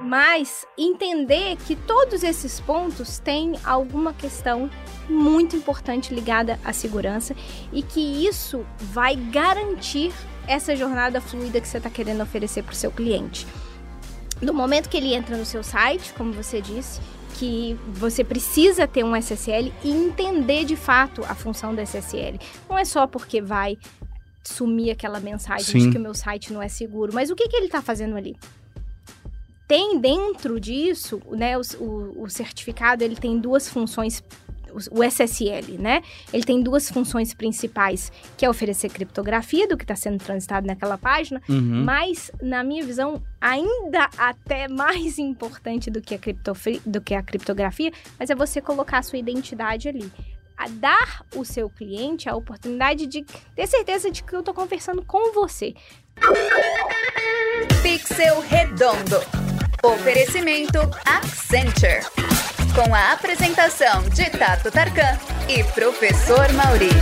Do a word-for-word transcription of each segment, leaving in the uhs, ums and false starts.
Mas entender que todos esses pontos têm alguma questão muito importante ligada à segurança e que isso vai garantir essa jornada fluida que você está querendo oferecer para o seu cliente. No momento que ele entra no seu site, como você disse, que você precisa ter um S S L e entender de fato a função do S S L. Não é só porque vai sumir aquela mensagem Sim. de que o meu site não é seguro, mas o que, que ele está fazendo ali? Tem dentro disso, né, o, o, o certificado, ele tem duas funções, o S S L, né? Ele tem duas funções principais, que é oferecer criptografia do que está sendo transitado naquela página, uhum. mas, na minha visão, ainda até mais importante do que, a criptofi- do que a criptografia, mas é você colocar a sua identidade ali. A dar o seu cliente a oportunidade de ter certeza de que eu estou conversando com você. Pixel Redondo. Oferecimento Accenture. Com a apresentação de Tato Tarkan e Professor Maurílio.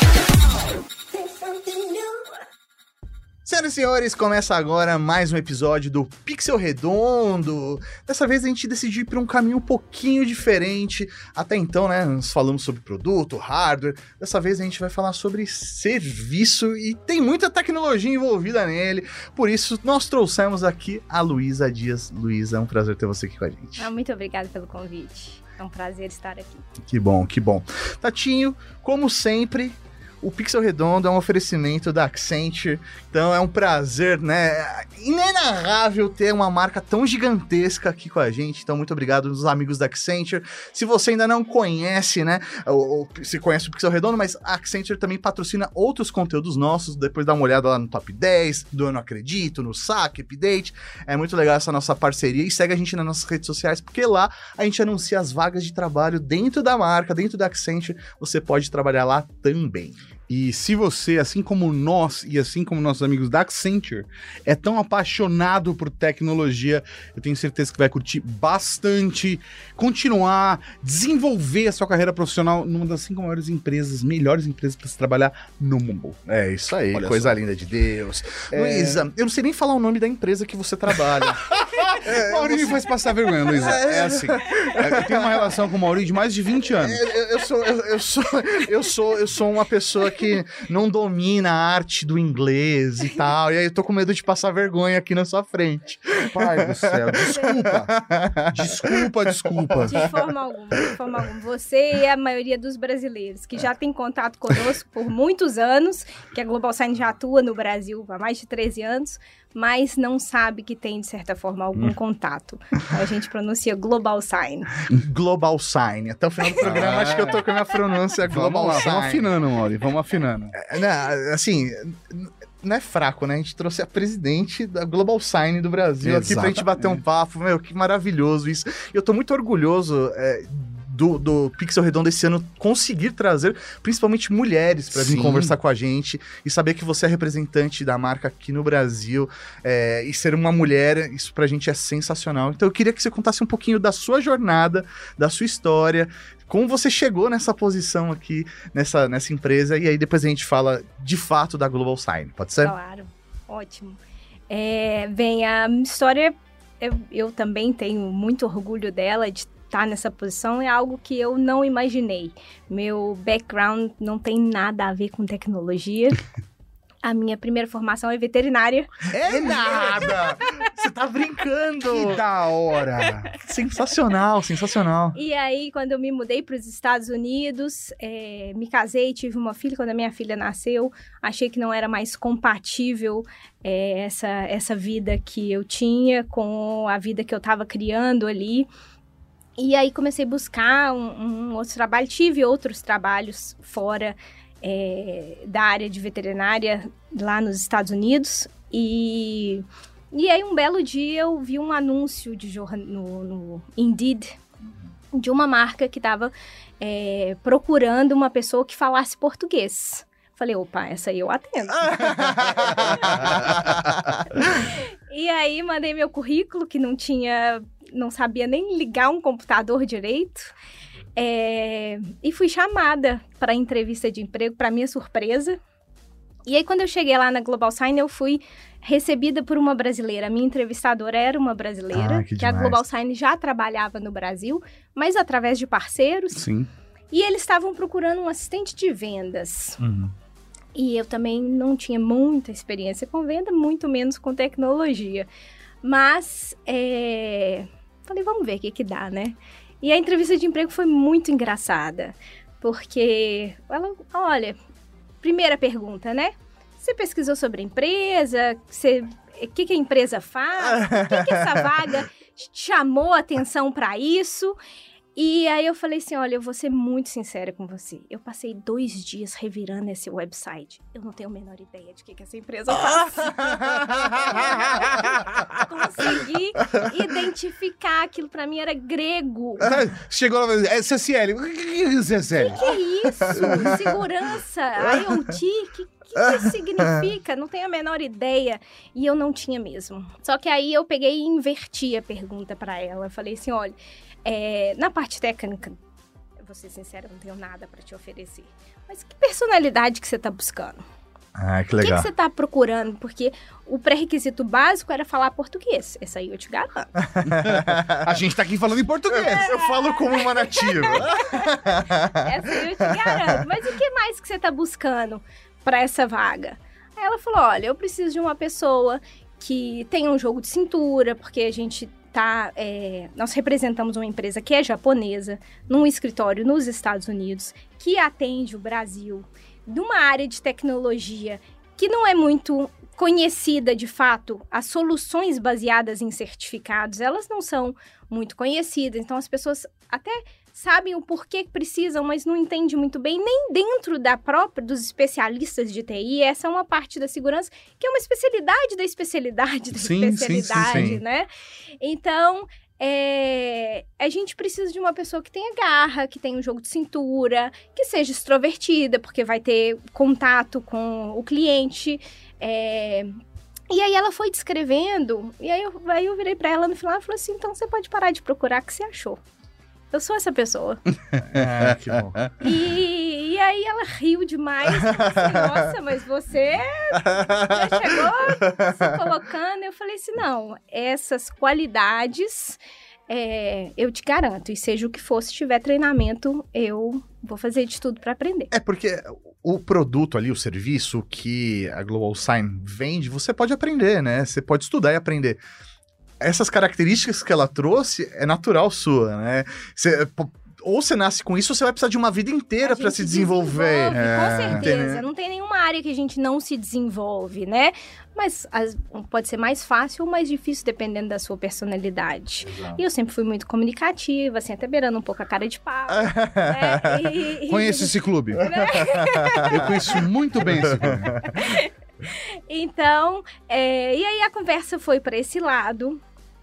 Senhoras e senhores, começa agora mais um episódio do Pixel Redondo. Dessa vez a gente decidiu ir para um caminho um pouquinho diferente. Até então, né, nós falamos sobre produto, hardware. Dessa vez a gente vai falar sobre serviço e tem muita tecnologia envolvida nele. Por isso, nós trouxemos aqui a Luísa Dias. Luísa, é um prazer ter você aqui com a gente. Ah, muito obrigada pelo convite. É um prazer estar aqui. Que bom, que bom. Tatinho, como sempre, o Pixel Redondo é um oferecimento da Accenture, então é um prazer, né, inenarrável ter uma marca tão gigantesca aqui com a gente, então muito obrigado aos amigos da Accenture. Se você ainda não conhece, né, ou, ou se conhece o Pixel Redondo, mas a Accenture também patrocina outros conteúdos nossos, depois dá uma olhada lá no Top dez, do Eu Não Acredito, no Saque, Update, é muito legal essa nossa parceria e segue a gente nas nossas redes sociais, porque lá a gente anuncia as vagas de trabalho dentro da marca, dentro da Accenture, você pode trabalhar lá também. E se você, assim como nós e assim como nossos amigos da Accenture, é tão apaixonado por tecnologia, eu tenho certeza que vai curtir bastante, continuar, desenvolver a sua carreira profissional numa das cinco maiores empresas, melhores empresas para se trabalhar no mundo. É isso aí, Olha coisa só. linda de Deus. É... Luísa, eu não sei nem falar o nome da empresa que você trabalha. é, Maurício você... faz passar vergonha, Luísa. É, é assim. Eu tenho uma relação com o Maurício de mais de vinte anos. Eu, eu, sou, eu, eu, sou, eu, sou, eu sou uma pessoa que não domina a arte do inglês e tal, e aí eu tô com medo de passar vergonha aqui na sua frente. Pai do céu, desculpa. Desculpa, desculpa. De forma alguma, de forma alguma. Você e a maioria dos brasileiros que já tem contato conosco por muitos anos, que a Global Sign já atua no Brasil há mais de treze anos, mas não sabe que tem, de certa forma, algum hum. contato. Então a gente pronuncia Global Sign. Global Sign. Até o final do programa, ah. acho que eu tô com a minha pronúncia Global vamos lá, Sign. Vamos afinando, Mauri, vamos afinando. É, né, assim, não é fraco, né? A gente trouxe a presidente da Global Sign do Brasil Exatamente. aqui pra gente bater um papo. Meu, que maravilhoso isso. E eu tô muito orgulhoso é, do, do Pixel Redondo esse ano conseguir trazer principalmente mulheres para vir conversar com a gente e saber que você é representante da marca aqui no Brasil é, e ser uma mulher, isso pra gente é sensacional. Então eu queria que você contasse um pouquinho da sua jornada, da sua história, como você chegou nessa posição aqui, nessa, nessa empresa, e aí depois a gente fala de fato da Global Sign, pode ser? Claro, ótimo. É, bem, a minha história, eu, eu também tenho muito orgulho dela, de estar nessa posição, é algo que eu não imaginei. Meu background não tem nada a ver com tecnologia. A minha primeira formação é veterinária. É nada! Você tá brincando! Que da hora! Sensacional, sensacional. E aí, quando eu me mudei para os Estados Unidos, é, me casei, tive uma filha. Quando a minha filha nasceu, achei que não era mais compatível é, essa, essa vida que eu tinha com a vida que eu estava criando ali. E aí, comecei a buscar um, um outro trabalho. Tive outros trabalhos fora É, da área de veterinária lá nos Estados Unidos e, e aí um belo dia eu vi um anúncio de jornal, no, no Indeed de uma marca que estava é, procurando uma pessoa que falasse português. Falei, opa, essa aí eu atendo. E aí mandei meu currículo, que não tinha, não sabia nem ligar um computador direito. É, e fui chamada para a entrevista de emprego, para minha surpresa. E aí, quando eu cheguei lá na Global Sign, eu fui recebida por uma brasileira. A minha entrevistadora era uma brasileira, Ah, que que a demais. Global Sign já trabalhava no Brasil, mas através de parceiros. Sim. E eles estavam procurando um assistente de vendas. Uhum. E eu também não tinha muita experiência com venda, muito menos com tecnologia. Mas, é... falei, vamos ver o que que dá, né? E a entrevista de emprego foi muito engraçada, porque ela, olha, primeira pergunta, né? Você pesquisou sobre a empresa? Você, o que, que a empresa faz? Por que, que essa vaga chamou a atenção para isso? E aí eu falei assim, olha, eu vou ser muito sincera com você. Eu passei dois dias revirando esse website. Eu não tenho a menor ideia de que, que essa empresa faz. Consegui identificar aquilo, pra mim era grego. Chegou lá, é C S L. O que é C S L? O que é isso? Segurança, IoT, o que, que isso significa? Não tenho a menor ideia. E eu não tinha mesmo. Só que aí eu peguei e inverti a pergunta pra ela. Eu falei assim, olha... É, na parte técnica, vou ser sincera, não tenho nada para te oferecer. Mas que personalidade que você está buscando? Ah, que O que, legal. que você está procurando? Porque o pré-requisito básico era falar português. Esse aí eu te garanto. A gente tá aqui falando em português. Eu falo como uma nativa. Essa aí eu te garanto. Mas o que mais que você está buscando para essa vaga? Aí ela falou, olha, eu preciso de uma pessoa que tenha um jogo de cintura, porque a gente... Tá, é, nós representamos uma empresa que é japonesa, num escritório nos Estados Unidos, que atende o Brasil, numa área de tecnologia que não é muito conhecida de fato. As soluções baseadas em certificados, elas não são muito conhecidas, então as pessoas até sabem o porquê que precisam, mas não entendem muito bem, nem dentro da própria, dos especialistas de T I. Essa é uma parte da segurança, que é uma especialidade da especialidade da Sim, sim, especialidade, sim, sim. né? Então, é, a gente precisa de uma pessoa que tenha garra, que tenha um jogo de cintura, que seja extrovertida, porque vai ter contato com o cliente. É, e aí ela foi descrevendo, e aí eu, aí eu virei pra ela no final e falei assim, então você pode parar de procurar, o que você achou? Eu sou essa pessoa. Ah, que bom. E, e aí ela riu demais. Assim, nossa, mas você já chegou se colocando. Eu falei assim, não, essas qualidades é, eu te garanto. E seja o que for, se tiver treinamento, eu vou fazer de tudo para aprender. É porque o produto ali, o serviço que a Global Sign vende, você pode aprender, né? Você pode estudar e aprender. Essas características que ela trouxe é natural sua, né? Você, ou você nasce com isso, ou você vai precisar de uma vida inteira para se desenvolver. Desenvolve, É, com certeza. entendeu? Não tem nenhuma área que a gente não se desenvolve, né? Mas as, pode ser mais fácil ou mais difícil, dependendo da sua personalidade. Exato. E eu sempre fui muito comunicativa, assim, até beirando um pouco a cara de pau. né? E- e- Conheço esse clube. Eu conheço muito bem esse clube. Então, é, e aí a conversa foi para esse lado.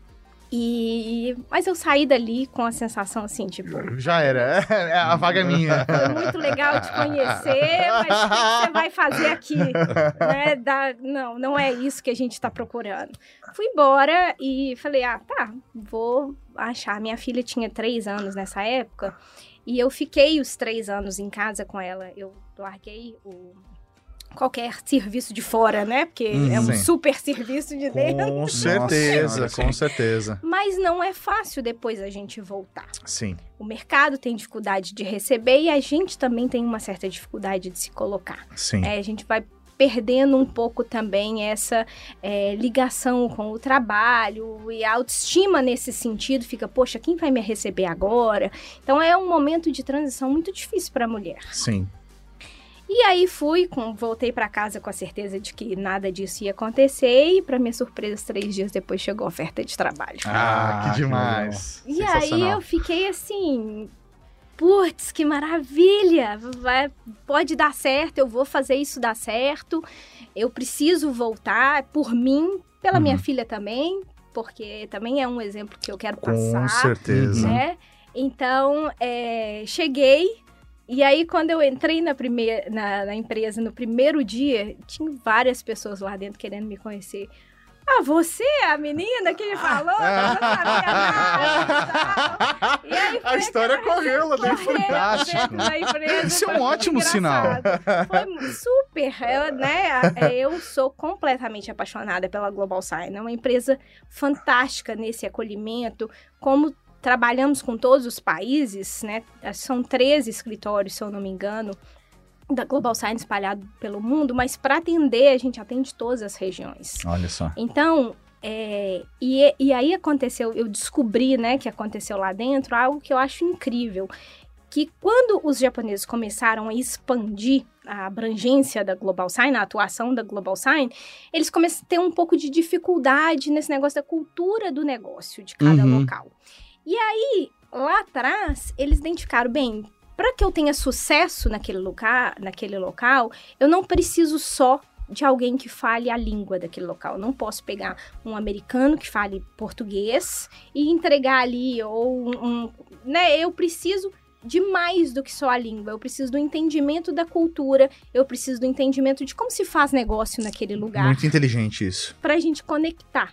E mas eu saí dali com a sensação assim, tipo, Já era, é, a vaga é minha. foi muito legal te conhecer, mas o que que você vai fazer aqui? Né? Da- não, não é isso que a gente tá procurando. Fui embora e falei, ah, tá, vou achar. Minha filha tinha três anos nessa época e eu fiquei os três anos em casa com ela. Eu larguei o... qualquer serviço de fora, né? Porque Hum, é um sim. super serviço de dentro. Com certeza, Senhora, com sim. certeza. Mas não é fácil depois a gente voltar. Sim. O mercado tem dificuldade de receber e a gente também tem uma certa dificuldade de se colocar. Sim. É, a gente vai perdendo um pouco também essa é, ligação com o trabalho e a autoestima nesse sentido fica, poxa, quem vai me receber agora? Então é um momento de transição muito difícil para a mulher. Sim. E aí fui, com, voltei para casa com a certeza de que nada disso ia acontecer e, para minha surpresa, três dias depois chegou a oferta de trabalho. Ah, Ah, que que demais. E aí Sensacional. eu fiquei assim, putz, que maravilha, vai, pode dar certo, eu vou fazer isso dar certo, eu preciso voltar por mim, pela Uhum. minha filha também, porque também é um exemplo que eu quero Com passar, certeza. né? Então, é, cheguei, e aí quando eu entrei na, primeira, na, na empresa no primeiro dia, tinha várias pessoas lá dentro querendo me conhecer. Ah, você é a menina que me falou? Eu não sabia nada, e tal. E aí A história correu lá dentro. Correu fantástico. dentro da empresa, Isso é um foi muito ótimo sinal. engraçado. Foi super, eu, né? Eu sou completamente apaixonada pela Global Sign. É uma empresa fantástica nesse acolhimento, como trabalhamos com todos os países, né? São treze escritórios, se eu não me engano, da Global Sign espalhado pelo mundo, mas para atender, a gente atende todas as regiões. Olha só. Então, é, e, e aí aconteceu, eu descobri, né, que aconteceu lá dentro, algo que eu acho incrível, que quando os japoneses começaram a expandir a abrangência da Global Sign, a atuação da Global Sign, eles começaram a ter um pouco de dificuldade nesse negócio da cultura do negócio de cada Uhum. local. E aí, lá atrás, eles identificaram, bem, para que eu tenha sucesso naquele lugar, naquele local, eu não preciso só de alguém que fale a língua daquele local. Eu não posso pegar um americano que fale português e entregar ali, ou um, um, né? Eu preciso de mais do que só a língua. Eu preciso do entendimento da cultura, eu preciso do entendimento de como se faz negócio naquele lugar, Muito inteligente isso. pra gente conectar.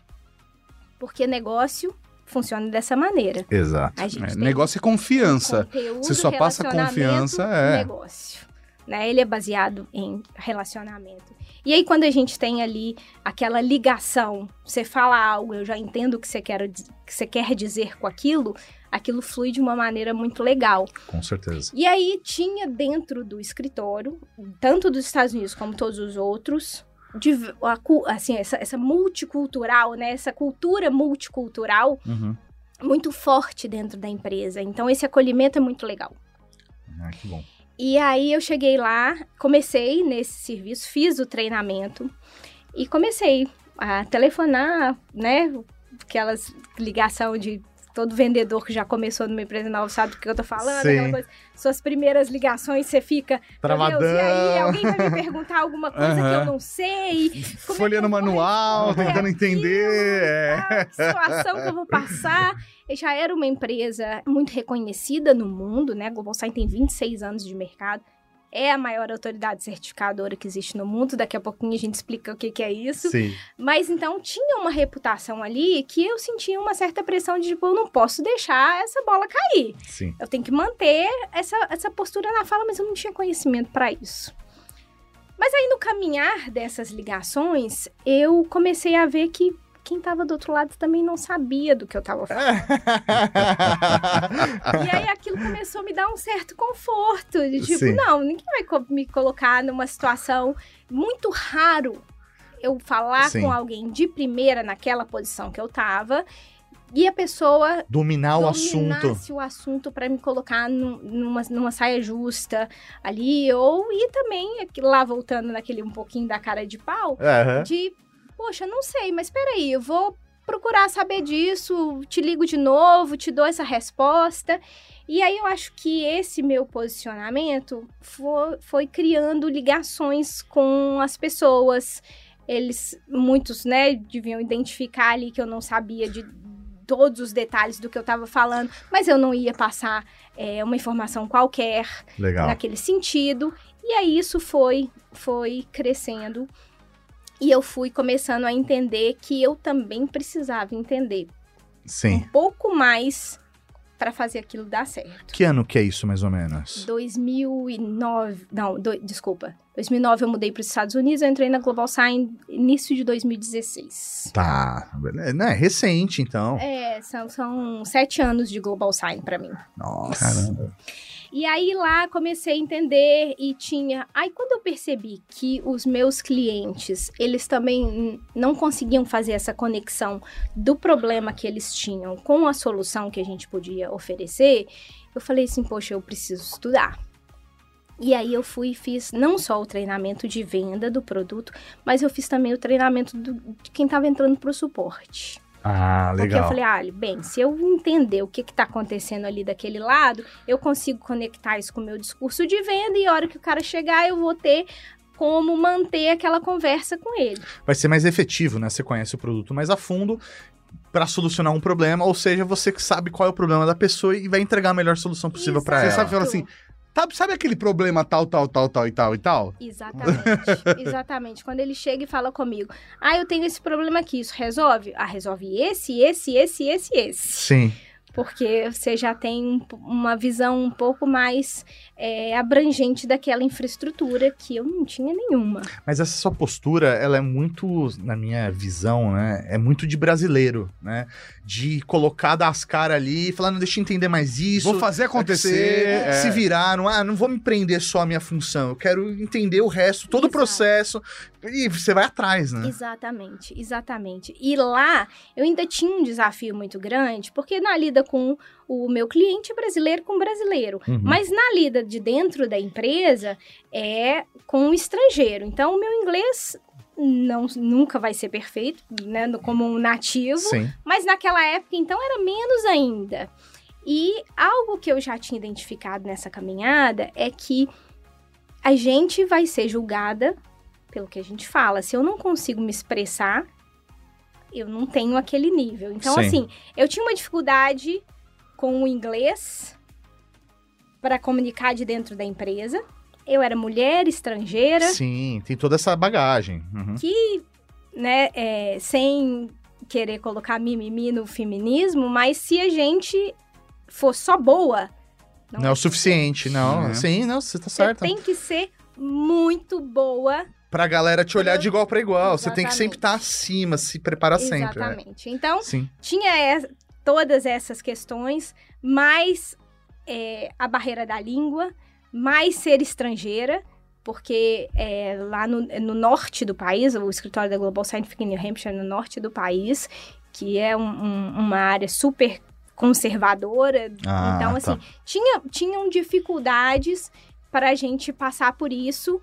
Porque negócio funciona dessa maneira. Exato. A gente É, tem negócio é confiança. conteúdo, Você só passa relacionamento, confiança, é. negócio. Né? Ele é baseado em relacionamento. E aí, quando a gente tem ali aquela ligação, você fala algo, eu já entendo o que você quer, que você quer dizer com aquilo, aquilo flui de uma maneira muito legal. Com certeza. E aí, tinha dentro do escritório, tanto dos Estados Unidos como todos os outros, de, a, assim, essa, essa multicultural, né? Essa cultura multicultural Uhum. muito forte dentro da empresa. Então, esse acolhimento é muito legal. Ah, que bom. E aí, eu cheguei lá, comecei nesse serviço, fiz o treinamento e comecei a telefonar, né? Aquelas ligação de todo vendedor que já começou numa empresa nova sabe do que eu tô falando. Sim. Aquela coisa, suas primeiras ligações, você fica... Travadão. Meu Deus, e aí? Alguém vai me perguntar alguma coisa que eu Aham. não sei? Como é Folhando que eu vou manual, responder tentando entender. É. Ah, que situação que eu vou passar. E já era uma empresa muito reconhecida no mundo, né? A Global Sign tem vinte e seis anos de mercado. É a maior autoridade certificadora que existe no mundo. Daqui a pouquinho a gente explica o que, que é isso. Sim. Mas então tinha uma reputação ali que eu sentia uma certa pressão de, tipo, eu não posso deixar essa bola cair. Sim. Eu tenho que manter essa, essa postura na fala, mas eu não tinha conhecimento para isso. Mas aí no caminhar dessas ligações, eu comecei a ver que quem estava do outro lado também não sabia do que eu estava falando. E aí aquilo começou a me dar um certo conforto. De tipo, Sim. não, ninguém vai co- me colocar numa situação muito raro eu falar Sim. com alguém de primeira naquela posição que eu tava e a pessoa Dominar o assunto. dominasse o assunto para me colocar num- numa, numa saia justa ali, ou e também aqui- lá voltando naquele um pouquinho da cara de pau, Aham. de, poxa, não sei, mas peraí, eu vou procurar saber disso, te ligo de novo, te dou essa resposta. E aí eu acho que esse meu posicionamento foi, foi criando ligações com as pessoas. Eles, muitos, né, deviam identificar ali que eu não sabia de todos os detalhes do que eu estava falando, mas eu não ia passar é, uma informação qualquer Legal. naquele sentido. E aí isso foi, foi crescendo. E eu fui começando a entender que eu também precisava entender Sim. um pouco mais para fazer aquilo dar certo. Que ano que é isso, mais ou menos? dois mil e nove, não, do, desculpa. dois mil e nove eu mudei para os Estados Unidos, eu entrei na Global Sign início de dois mil e dezesseis. Tá. Não, é recente, então. É, são, são sete anos de Global Sign para mim. Nossa. Caramba. E aí lá comecei a entender e tinha... Aí quando eu percebi que os meus clientes, eles também não conseguiam fazer essa conexão do problema que eles tinham com a solução que a gente podia oferecer, eu falei assim, poxa, eu preciso estudar. E aí eu fui e fiz não só o treinamento de venda do produto, mas eu fiz também o treinamento do, de quem estava entrando para o suporte. Ah, Porque legal. eu falei, ah, bem, se eu entender o que está acontecendo ali daquele lado, eu consigo conectar isso com o meu discurso de venda e a hora que o cara chegar, eu vou ter como manter aquela conversa com ele. Vai ser mais efetivo, né? Você conhece o produto mais a fundo para solucionar um problema, ou seja, você que sabe qual é o problema da pessoa e vai entregar a melhor solução possível para Você ela. sabe, fala assim, tá, sabe aquele problema tal, tal, tal, tal e tal e tal? Exatamente, exatamente. Quando ele chega e fala comigo, ah, eu tenho esse problema aqui, isso resolve? Ah, resolve esse, esse, esse, esse, esse. Sim. porque você já tem um, uma visão um pouco mais é, abrangente daquela infraestrutura que eu não tinha nenhuma. Mas essa sua postura, ela é muito, na minha visão, né? É muito de brasileiro, né? De colocar das caras ali e falar, não, deixa eu entender mais isso. Vou fazer acontecer. É. Se virar, não, ah, não vou me prender só à minha função. Eu quero entender o resto, todo Exato. o processo. E você vai atrás, né? Exatamente, exatamente. E lá, eu ainda tinha um desafio muito grande, porque na lida com o meu cliente brasileiro com brasileiro, uhum. mas na lida de dentro da empresa é com o estrangeiro. Então, o meu inglês não, nunca vai ser perfeito, né, como um nativo, Sim. mas naquela época, então, era menos ainda. E algo que eu já tinha identificado nessa caminhada é que a gente vai ser julgada pelo que a gente fala. Se eu não consigo me expressar, eu não tenho aquele nível. Então, Sim. assim, eu tinha uma dificuldade com o inglês para comunicar de dentro da empresa. Eu era mulher, estrangeira. Sim, tem toda essa bagagem. Uhum. Que, né, é, sem querer colocar mimimi no feminismo, mas se a gente for só boa... Não, não é o suficiente, não. É. Sim, não, você tá Você certa. tem que ser muito boa... Pra galera te olhar de igual para igual. Exatamente. Você tem que sempre estar acima, se preparar sempre. Exatamente. Né? Então, Sim. tinha essa, todas essas questões, mais é, a barreira da língua, mais ser estrangeira, porque é, lá no, no norte do país, o escritório da Global Scientific em New Hampshire, no norte do país, que é um, um, uma área super conservadora. Ah, então, tá. assim, tinha, tinham dificuldades para a gente passar por isso,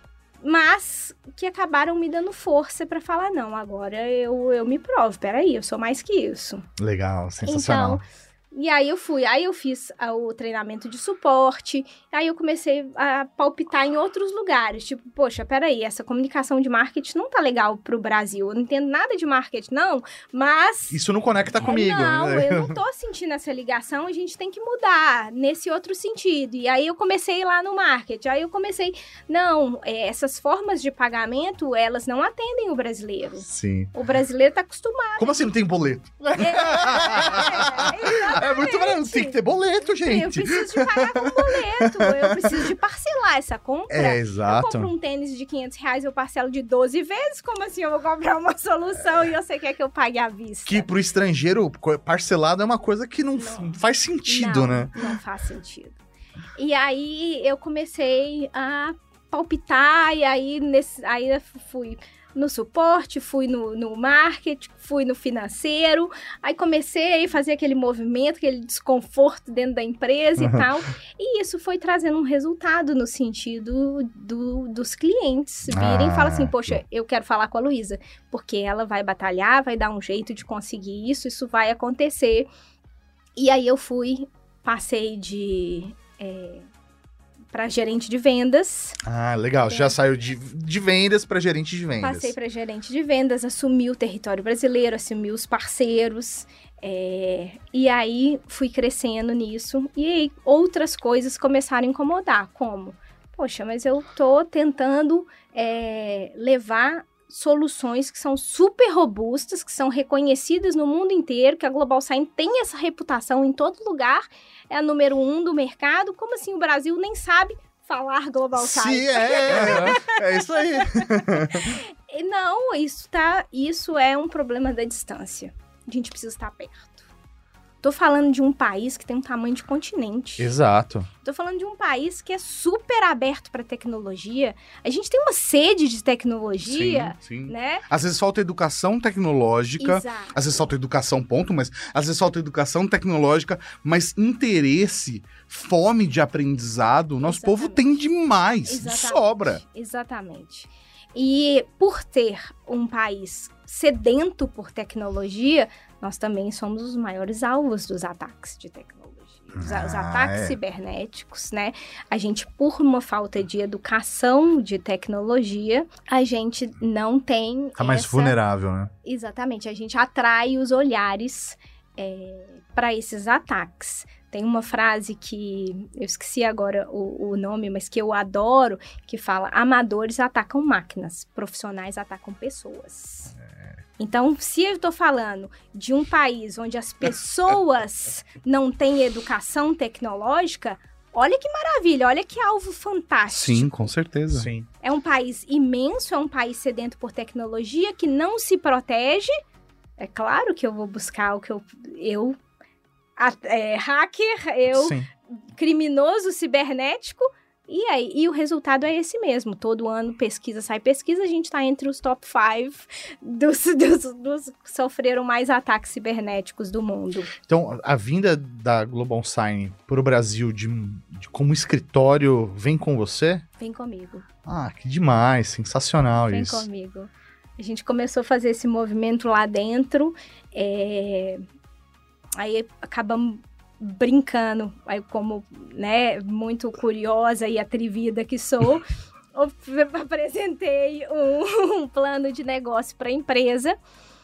mas que acabaram me dando força para falar, não, agora eu, eu me provo, peraí, eu sou mais que isso. Legal, sensacional. Então, e aí eu fui, aí eu fiz ah, o treinamento de suporte, aí eu comecei a palpitar em outros lugares, tipo, poxa, peraí, essa comunicação de marketing não tá legal pro Brasil, eu não entendo nada de marketing, não, mas... Isso não conecta comigo. Não, né? eu não tô sentindo essa ligação, a gente tem que mudar nesse outro sentido. E aí eu comecei lá no marketing, aí eu comecei, não, é, essas formas de pagamento, elas não atendem o brasileiro. Sim. O brasileiro tá acostumado. Como assim não tem boleto? É, é, É muito barato, tem que ter boleto, gente. Eu preciso de pagar com boleto, eu preciso de parcelar essa compra. É, exato. Eu compro um tênis de quinhentos reais, eu parcelo de doze vezes, como assim eu vou comprar uma solução e você quer que eu pague à vista? Que pro estrangeiro, parcelado é uma coisa que não, não. faz sentido, não, né? Não faz sentido. E aí eu comecei a palpitar, e aí, nesse, aí eu fui... no suporte, fui no, no marketing, fui no financeiro, aí comecei a fazer aquele movimento, aquele desconforto dentro da empresa e tal, e isso foi trazendo um resultado no sentido do, dos clientes virem Ah, e falam assim, poxa, eu quero falar com a Luísa, porque ela vai batalhar, vai dar um jeito de conseguir isso, isso vai acontecer. E aí eu fui, passei de... É, para gerente de vendas. Ah, legal. Você já saiu de, de vendas para gerente de vendas. Passei para gerente de vendas, assumi o território brasileiro, assumi os parceiros. É, e aí fui crescendo nisso. E aí outras coisas começaram a incomodar. Como? Poxa, mas eu tô tentando é, levar soluções que são super robustas, que são reconhecidas no mundo inteiro, que a Global Sign tem essa reputação em todo lugar, é a número um do mercado. Como assim o Brasil nem sabe falar Global Sign? Sim, é, é, é isso aí. Não, isso, tá, isso é um problema da distância. A gente precisa estar perto. Tô falando de um país que tem um tamanho de continente. Exato. Tô falando de um país que é super aberto para tecnologia. A gente tem uma sede de tecnologia, sim, sim. né? Às vezes falta educação tecnológica, Exato. às vezes falta educação, ponto, mas às vezes falta educação tecnológica, mas interesse, fome de aprendizado, nosso Exatamente. povo tem demais, Exatamente. sobra. Exatamente. E por ter um país sedento por tecnologia, nós também somos os maiores alvos dos ataques de tecnologia. Os, Ah, os ataques é. cibernéticos, né? A gente, por uma falta de educação de tecnologia, a gente não tem Tá mais essa... vulnerável, né? Exatamente. A gente atrai os olhares é, para esses ataques. Tem uma frase que, eu esqueci agora o, o nome, mas que eu adoro, que fala: amadores atacam máquinas, profissionais atacam pessoas. É. Então, se eu estou falando de um país onde as pessoas não têm educação tecnológica, olha que maravilha, olha que alvo fantástico. Sim, com certeza. Sim. É um país imenso, é um país sedento por tecnologia, que não se protege. É claro que eu vou buscar o que eu... eu a- é, hacker, eu, Sim. criminoso cibernético, e aí e o resultado é esse mesmo. Todo ano pesquisa, sai pesquisa, a gente está entre os top cinco dos, dos, dos que sofreram mais ataques cibernéticos do mundo. Então, a vinda da Global Sign para o Brasil de, de- como escritório vem com você? Vem comigo, Ah, que demais, sensacional vem isso. comigo. A gente começou a fazer esse movimento lá dentro, é, aí acabamos brincando, aí como, né, muito curiosa e atrevida que sou, eu apresentei um, um plano de negócio para a empresa.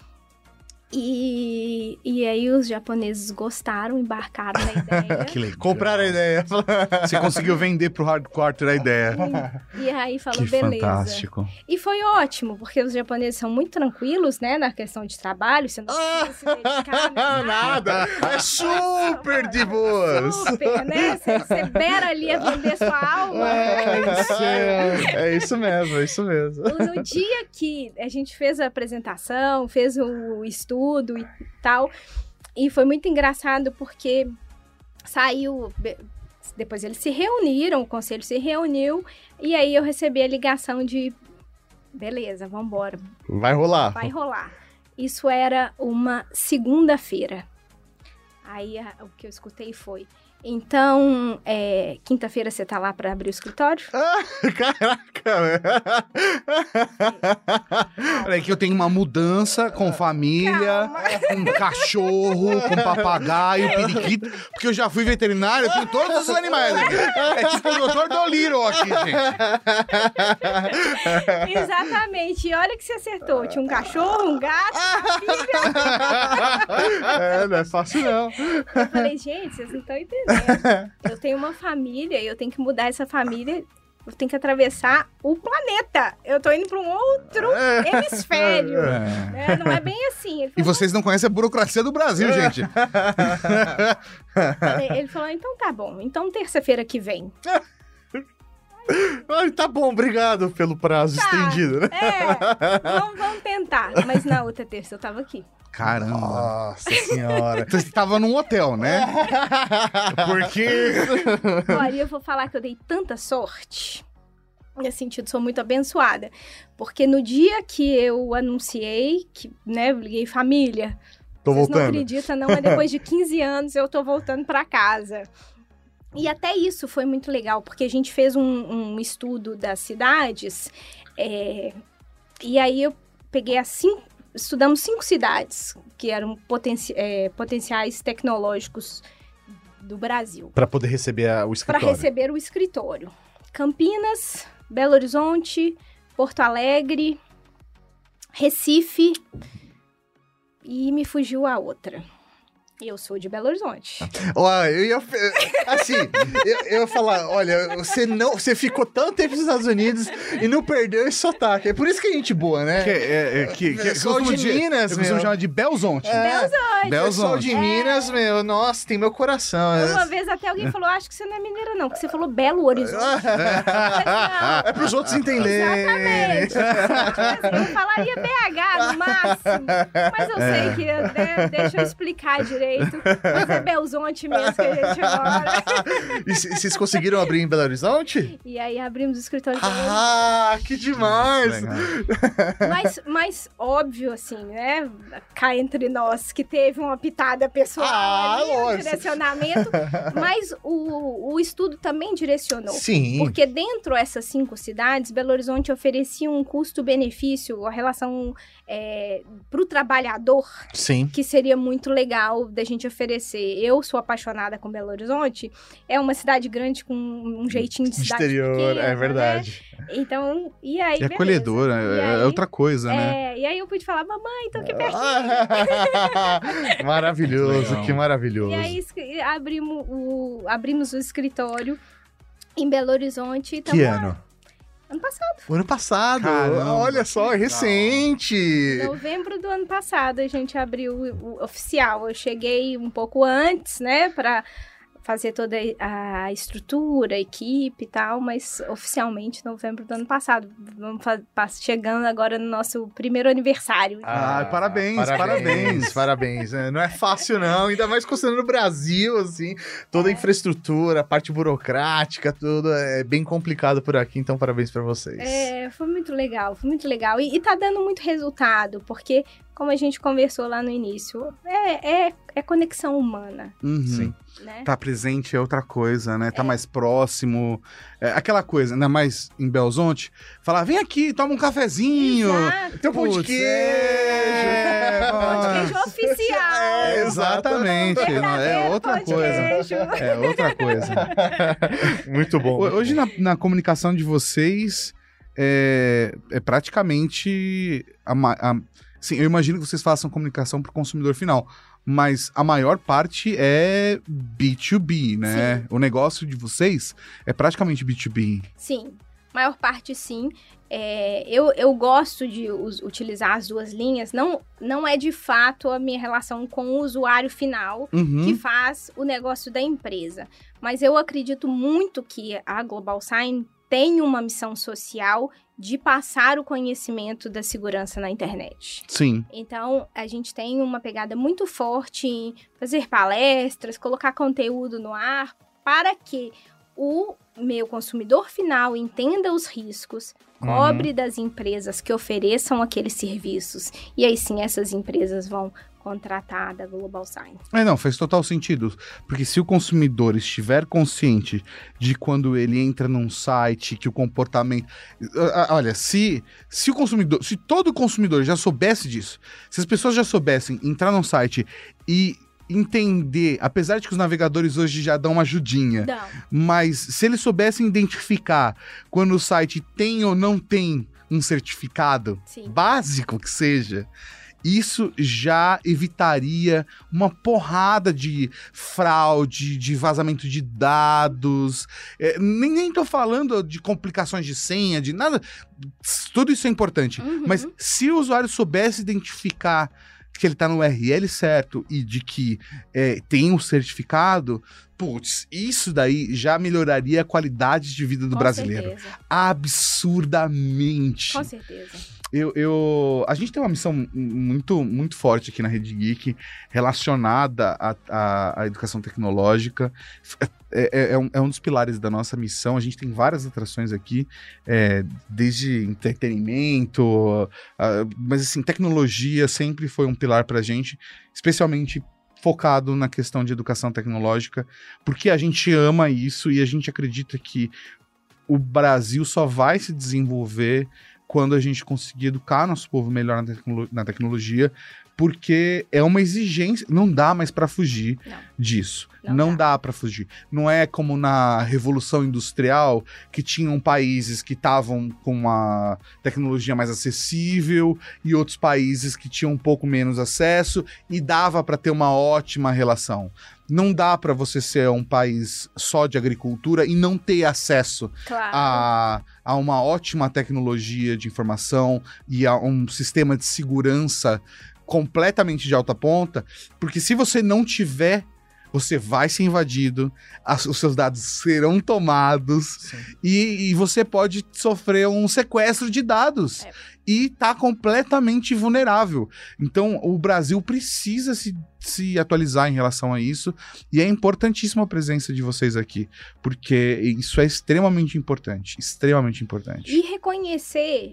E, e aí os japoneses gostaram, embarcaram na ideia. Que legal. Compraram a ideia. Você conseguiu vender pro Hardquarter a ideia. E aí falou, Que beleza. fantástico. E foi ótimo, porque os japoneses são muito tranquilos, né, na questão de trabalho, você não precisa se dedicar, né, Nada, é super de boas. super, né? Você, você beira ali a vender sua alma. É isso, é isso mesmo, é isso mesmo. No dia que a gente fez a apresentação, fez o estudo e tal, e foi muito engraçado porque saiu... Depois eles se reuniram, o conselho se reuniu, e aí eu recebi a ligação de... Beleza, vambora, Vai rolar. vai rolar. Isso era uma segunda-feira. Aí a- o que eu escutei foi... Então, é, quinta-feira você tá lá pra abrir o escritório? Caraca, velho. Peraí que eu tenho uma mudança com família, com cachorro, com papagaio, periquito, porque eu já fui veterinário, eu tenho todos os animais aqui. É tipo o doutor Dolittle aqui, gente. Exatamente. E olha que você acertou. Tinha um cachorro, um gato, uma filha. É, não é fácil não. Eu falei, gente, vocês não estão entendendo. Eu tenho uma família e eu tenho que mudar essa família. Eu tenho que atravessar o planeta. Eu tô indo para um outro hemisfério. É. Né? Não é bem assim. Ele E falou, vocês não conhecem a burocracia do Brasil, gente. ele falou, então tá bom. Então terça-feira que vem. Ai, tá bom, obrigado pelo prazo Tá. estendido, né? É, vamos, vamos tentar. Mas na outra terça eu tava aqui. Caramba. Nossa senhora. Você estava num hotel, né? Porque... Olha, eu vou falar que eu dei tanta sorte. Nesse sentido, sou muito abençoada. Porque no dia que eu anunciei, que, né, eu liguei família. Tô Vocês não voltando. acreditam, não, mas depois de quinze anos eu tô voltando pra casa. E até isso foi muito legal, porque a gente fez um, um estudo das cidades, é, e aí eu peguei as cinco, estudamos cinco cidades que eram potenci- é, potenciais tecnológicos do Brasil, Pra poder receber a- o para escritório. receber o escritório. Campinas, Belo Horizonte, Porto Alegre, Recife, e me fugiu a outra. Eu sou de Belo Horizonte. Ó, eu ia. Assim, eu, eu ia falar: olha, você não. Você ficou tanto tempo nos Estados Unidos e não perdeu esse sotaque. É por isso que é gente boa, né? Que, é, é, que, que, Eu sou eu costumo de dizer- Minas, Eu costumo meu. chamar de Belzonte. É, Belzonte. pessoal Belzonte. de Minas, meu, nossa, tem meu coração. Uma vez até alguém falou, acho que você não é mineira não, porque você falou Belo Horizonte. É pros outros entenderem. Exatamente. Eu falaria B H no máximo, mas eu sei que, né, deixa eu explicar direito. Mas é Belzonte mesmo que a gente mora. E c- vocês conseguiram abrir em Belo Horizonte? E aí abrimos o escritório de Belo Horizonte. Ah, que demais! Legal. Mas, mas óbvio, assim, né? Cá entre nós, que teve uma pitada pessoal Ah, ali, um lógico. direcionamento. Mas o, o estudo também direcionou. Sim. Porque dentro dessas cinco cidades, Belo Horizonte oferecia um custo-benefício, a relação é, para o trabalhador, Sim. que seria muito legal da gente oferecer. Eu sou apaixonada com Belo Horizonte. É uma cidade grande com um jeitinho de De cidade exterior, pequena, é verdade. né? Então, e aí, É beleza. acolhedora, E é, aí, é outra coisa, né? é, e aí eu pude falar, mamãe, tô aqui pertinho. Maravilhoso, Legal. que maravilhoso. E aí escri- abrimos o, abrimos o escritório em Belo Horizonte. E Que tamo lá. ano? Ano passado. O ano passado. Caramba, Olha só, é recente. Novembro do ano passado a gente abriu o, o oficial. Eu cheguei um pouco antes, né, pra fazer toda a estrutura, a equipe e tal, mas oficialmente novembro do ano passado. Vamos fa- chegando agora no nosso primeiro aniversário. Ah, parabéns, Parabéns, parabéns. parabéns. É, não é fácil não, ainda mais considerando o Brasil, assim, toda a infraestrutura, a parte burocrática, tudo é bem complicado por aqui, então parabéns pra vocês. É, foi muito legal, foi muito legal. E, e tá dando muito resultado, porque, como a gente conversou lá no início, é, é, é conexão humana, Uhum. Sim. né? Tá presente é outra coisa, né? Tá É. mais próximo. É, aquela coisa, ainda mais em Belzonte, falar, vem aqui, toma um cafezinho. Exato. Tem um pão de Putz, queijo. é, Pão de queijo mano. oficial. É, Exatamente, não, é Verdadeiro outra pão de coisa. queijo. É outra coisa. Muito bom. Ho- Hoje, na, na comunicação de vocês, é, é praticamente. A, ma- a, sim, eu imagino que vocês façam comunicação para o consumidor final, mas a maior parte é B dois B, né? O negócio de vocês é praticamente B dois B. Sim, maior parte sim. É, eu, eu gosto de us- utilizar as duas linhas. Não, não é de fato a minha relação com o usuário final Uhum. que faz o negócio da empresa. Mas eu acredito muito que a Global Sign tem uma missão social de passar o conhecimento da segurança na internet. Sim. Então, a gente tem uma pegada muito forte em fazer palestras, colocar conteúdo no ar, para que o meu consumidor final entenda os riscos, cobre das empresas que ofereçam aqueles serviços. E aí sim, essas empresas vão contratar da Global Sign. É, não, faz total sentido. Porque se o consumidor estiver consciente de quando ele entra num site, que o comportamento. Ah, ah, Olha, se, se o consumidor. Se todo consumidor já soubesse disso, se as pessoas já soubessem entrar num site e entender, apesar de que os navegadores hoje já dão uma ajudinha, Não. mas se eles soubessem identificar quando o site tem ou não tem um certificado, Sim. básico que seja, isso já evitaria uma porrada de fraude, de vazamento de dados. É, nem, nem tô falando de complicações de senha, de nada. Tudo isso é importante. Uhum. Mas se o usuário soubesse identificar que ele tá no U R L certo e de que é, tem um certificado, putz, isso daí já melhoraria a qualidade de vida do Com brasileiro. certeza. Absurdamente. Com certeza. Eu, eu- a gente tem uma missão muito, muito forte aqui na Rede Geek relacionada à, à, à educação tecnológica. É, é- é um, é um dos pilares da nossa missão. A gente tem várias atrações aqui, é, desde entretenimento, ah, mas assim, tecnologia sempre foi um pilar pra gente, especialmente focado na questão de educação tecnológica, porque a gente ama isso e a gente acredita que o Brasil só vai se desenvolver quando a gente conseguir educar nosso povo melhor na, tecno- na tecnologia, porque é uma exigência, não dá mais para fugir Não. disso. Não Não, dá. dá, para fugir. Não é como na Revolução Industrial, que tinham países que estavam com uma tecnologia mais acessível e outros países que tinham um pouco menos acesso e dava para ter uma ótima relação. Não dá para você ser um país só de agricultura e não ter acesso Claro. a, a uma ótima tecnologia de informação e a um sistema de segurança completamente de alta ponta, porque se você não tiver, você vai ser invadido, as- os seus dados serão tomados e, e você pode sofrer um sequestro de dados. É. E tá completamente vulnerável. Então, o Brasil precisa se, se atualizar em relação a isso. E é importantíssima a presença de vocês aqui. Porque isso é extremamente importante. Extremamente importante. E reconhecer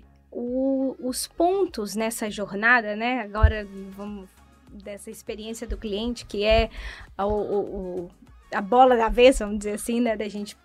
o- os pontos nessa jornada, né? Agora, vamos dessa experiência do cliente, que é a, o- o- a bola da vez, vamos dizer assim, né? Da gente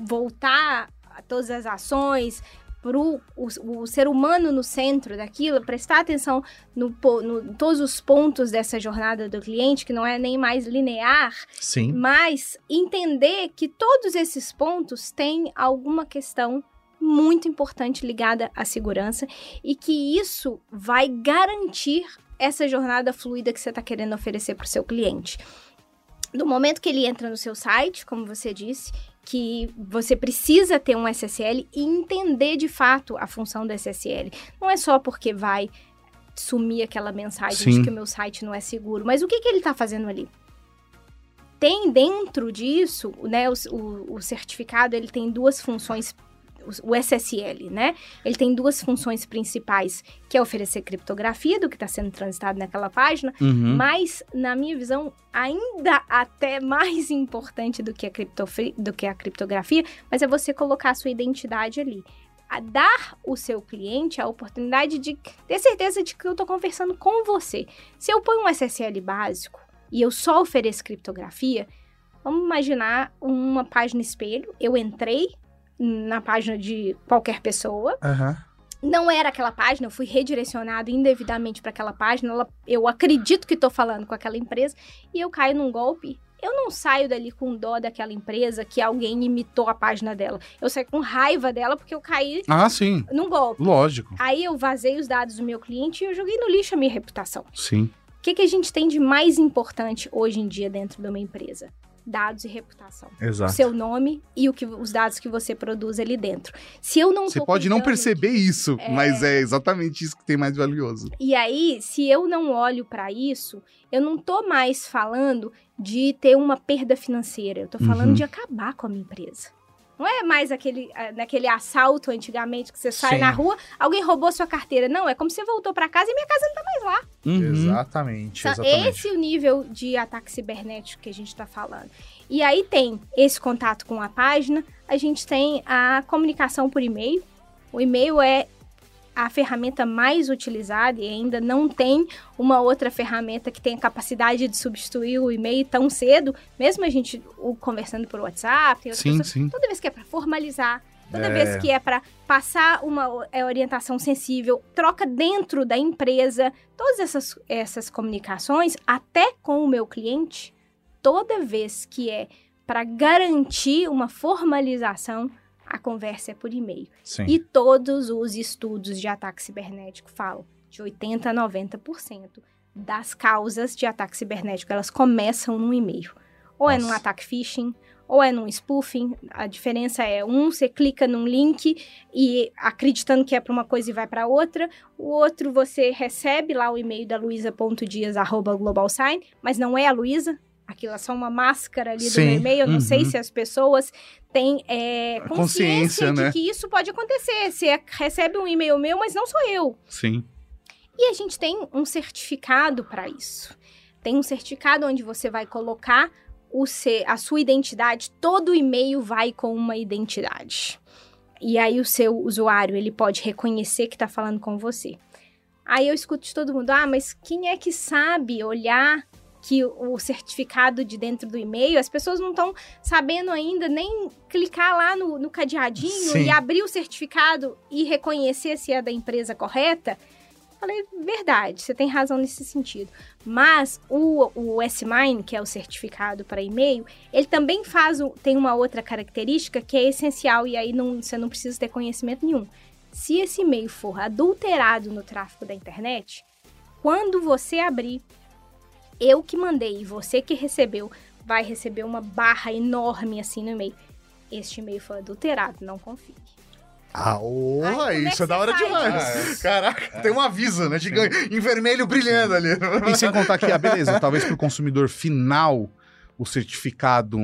voltar a todas as ações, para o, o ser humano no centro daquilo, prestar atenção no, po- no- em todos os pontos dessa jornada do cliente, que não é nem mais linear, Sim. mas entender que todos esses pontos têm alguma questão muito importante ligada à segurança e que isso vai garantir essa jornada fluida que você está querendo oferecer para o seu cliente. Do momento que ele entra no seu site, como você disse, que você precisa ter um S S L e entender de fato a função do S S L. Não é só porque vai sumir aquela mensagem Sim. de que o meu site não é seguro, mas o que, que ele está fazendo ali? Tem dentro disso, né, o, o, o certificado, ele tem duas funções, o S S L, né? Ele tem duas funções principais, que é oferecer criptografia do que está sendo transitado naquela página, Uhum. mas, na minha visão, ainda até mais importante do que a, criptofi- do que a criptografia, mas é você colocar a sua identidade ali. A dar o seu cliente a oportunidade de ter certeza de que eu estou conversando com você. Se eu ponho um S S L básico e eu só ofereço criptografia, vamos imaginar uma página espelho, eu entrei na página de qualquer pessoa, Aham. não era aquela página, eu fui redirecionado indevidamente para aquela página, ela- eu acredito que estou falando com aquela empresa, e eu caio num golpe, eu não saio dali com dó daquela empresa que alguém imitou a página dela, eu saio com raiva dela porque eu caí Ah, sim. num golpe. Lógico. Aí eu vazei os dados do meu cliente e eu joguei no lixo a minha reputação. Sim. O que, que a gente tem de mais importante hoje em dia dentro de uma empresa? Dados e reputação. O Exato. seu nome e o que, os dados que você produz ali dentro. Se eu não Você tô pode não cuidando perceber isso, É. mas é exatamente isso que tem mais valioso. E aí, se eu não olho para isso, eu não tô mais falando de ter uma perda financeira. Eu tô falando Uhum. de acabar com a minha empresa. Não é mais aquele, ah, naquele assalto antigamente que você sai Sim. na rua, alguém roubou sua carteira. Não, é como se você voltou para casa e minha casa não tá mais lá. Uhum. Exatamente, Sa- exatamente. Esse é o nível de ataque cibernético que a gente está falando. E aí tem esse contato com a página, a gente tem a comunicação por e-mail. O e-mail é a ferramenta mais utilizada e ainda não tem uma outra ferramenta que tenha capacidade de substituir o e-mail tão cedo, mesmo a gente o, conversando por WhatsApp, tem outras Sim, pessoas, sim. toda vez que é para formalizar, toda É. vez que é para passar uma é, orientação sensível, troca dentro da empresa, todas essas, essas comunicações, até com o meu cliente, toda vez que é para garantir uma formalização, a conversa é por e-mail. Sim. E todos os estudos de ataque cibernético falam de oitenta a noventa por cento das causas de ataque cibernético, elas começam num e-mail. Ou é Nossa. num ataque phishing, ou é num spoofing. A diferença é, um, você clica num link e acreditando que é para uma coisa e vai para outra. O outro, você recebe lá o e-mail da luiza ponto dias arroba globalsign, mas não é a Luiza. Aquilo é só uma máscara ali Sim, do meu e-mail. Eu não uhum. sei se as pessoas têm é, A consciência, consciência, de né? que isso pode acontecer. Você recebe um e-mail meu, mas não sou eu. Sim. E a gente tem um certificado para isso. Tem um certificado onde você vai colocar o se- a sua identidade. Todo e-mail vai com uma identidade. E aí o seu usuário, ele pode reconhecer que está falando com você. Aí eu escuto de todo mundo, ah, mas quem é que sabe olhar que o certificado de dentro do e-mail, as pessoas não estão sabendo ainda nem clicar lá no, no cadeadinho Sim. e abrir o certificado e reconhecer se é da empresa correta? Falei, verdade, você tem razão nesse sentido. Mas o, o S-MINE, que é o certificado para e-mail, ele também faz o, tem uma outra característica que é essencial e aí não, você não precisa ter conhecimento nenhum. Se esse e-mail for adulterado no tráfego da internet, quando você abrir, eu que mandei e você que recebeu, vai receber uma barra enorme assim no e-mail. Este e-mail foi adulterado, não confie. Ah, oh, Ai, como é isso que é da hora você demais. faz? Caraca, tem um aviso, né? Gigante, em vermelho brilhando ali. E sem contar que, ah, beleza, talvez para o consumidor final, o certificado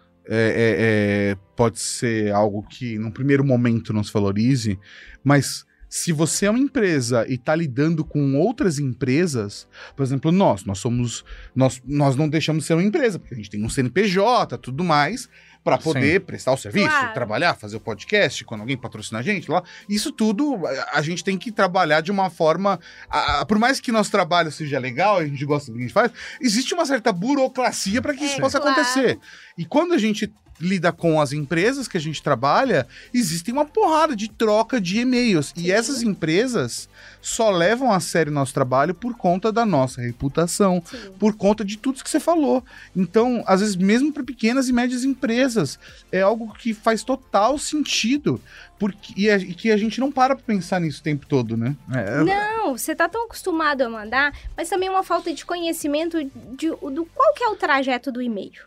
é, é, é, pode ser algo que, num primeiro momento, não se valorize, mas se você é uma empresa e está lidando com outras empresas, por exemplo, nós, nós somos, nós, nós não deixamos de ser uma empresa, porque a gente tem um C N P J, tudo mais, para poder prestar o serviço, Claro. trabalhar, fazer o podcast, quando alguém patrocina a gente lá. Isso tudo a, a gente tem que trabalhar de uma forma. A, a, por mais que nosso trabalho seja legal, a gente gosta do que a gente faz, existe uma certa burocracia para que isso É, possa claro. acontecer. E quando a gente lida com as empresas que a gente trabalha, existem uma porrada de troca de e-mails. E Sim. essas empresas só levam a sério o nosso trabalho por conta da nossa reputação, Sim. por conta de tudo que você falou. Então, às vezes, mesmo para pequenas e médias empresas, é algo que faz total sentido. Porque, e, a, e que a gente não para pra pensar nisso o tempo todo, né? É, Não, você tá tão acostumado a mandar, mas também uma falta de conhecimento de, do qual que é o trajeto do e-mail.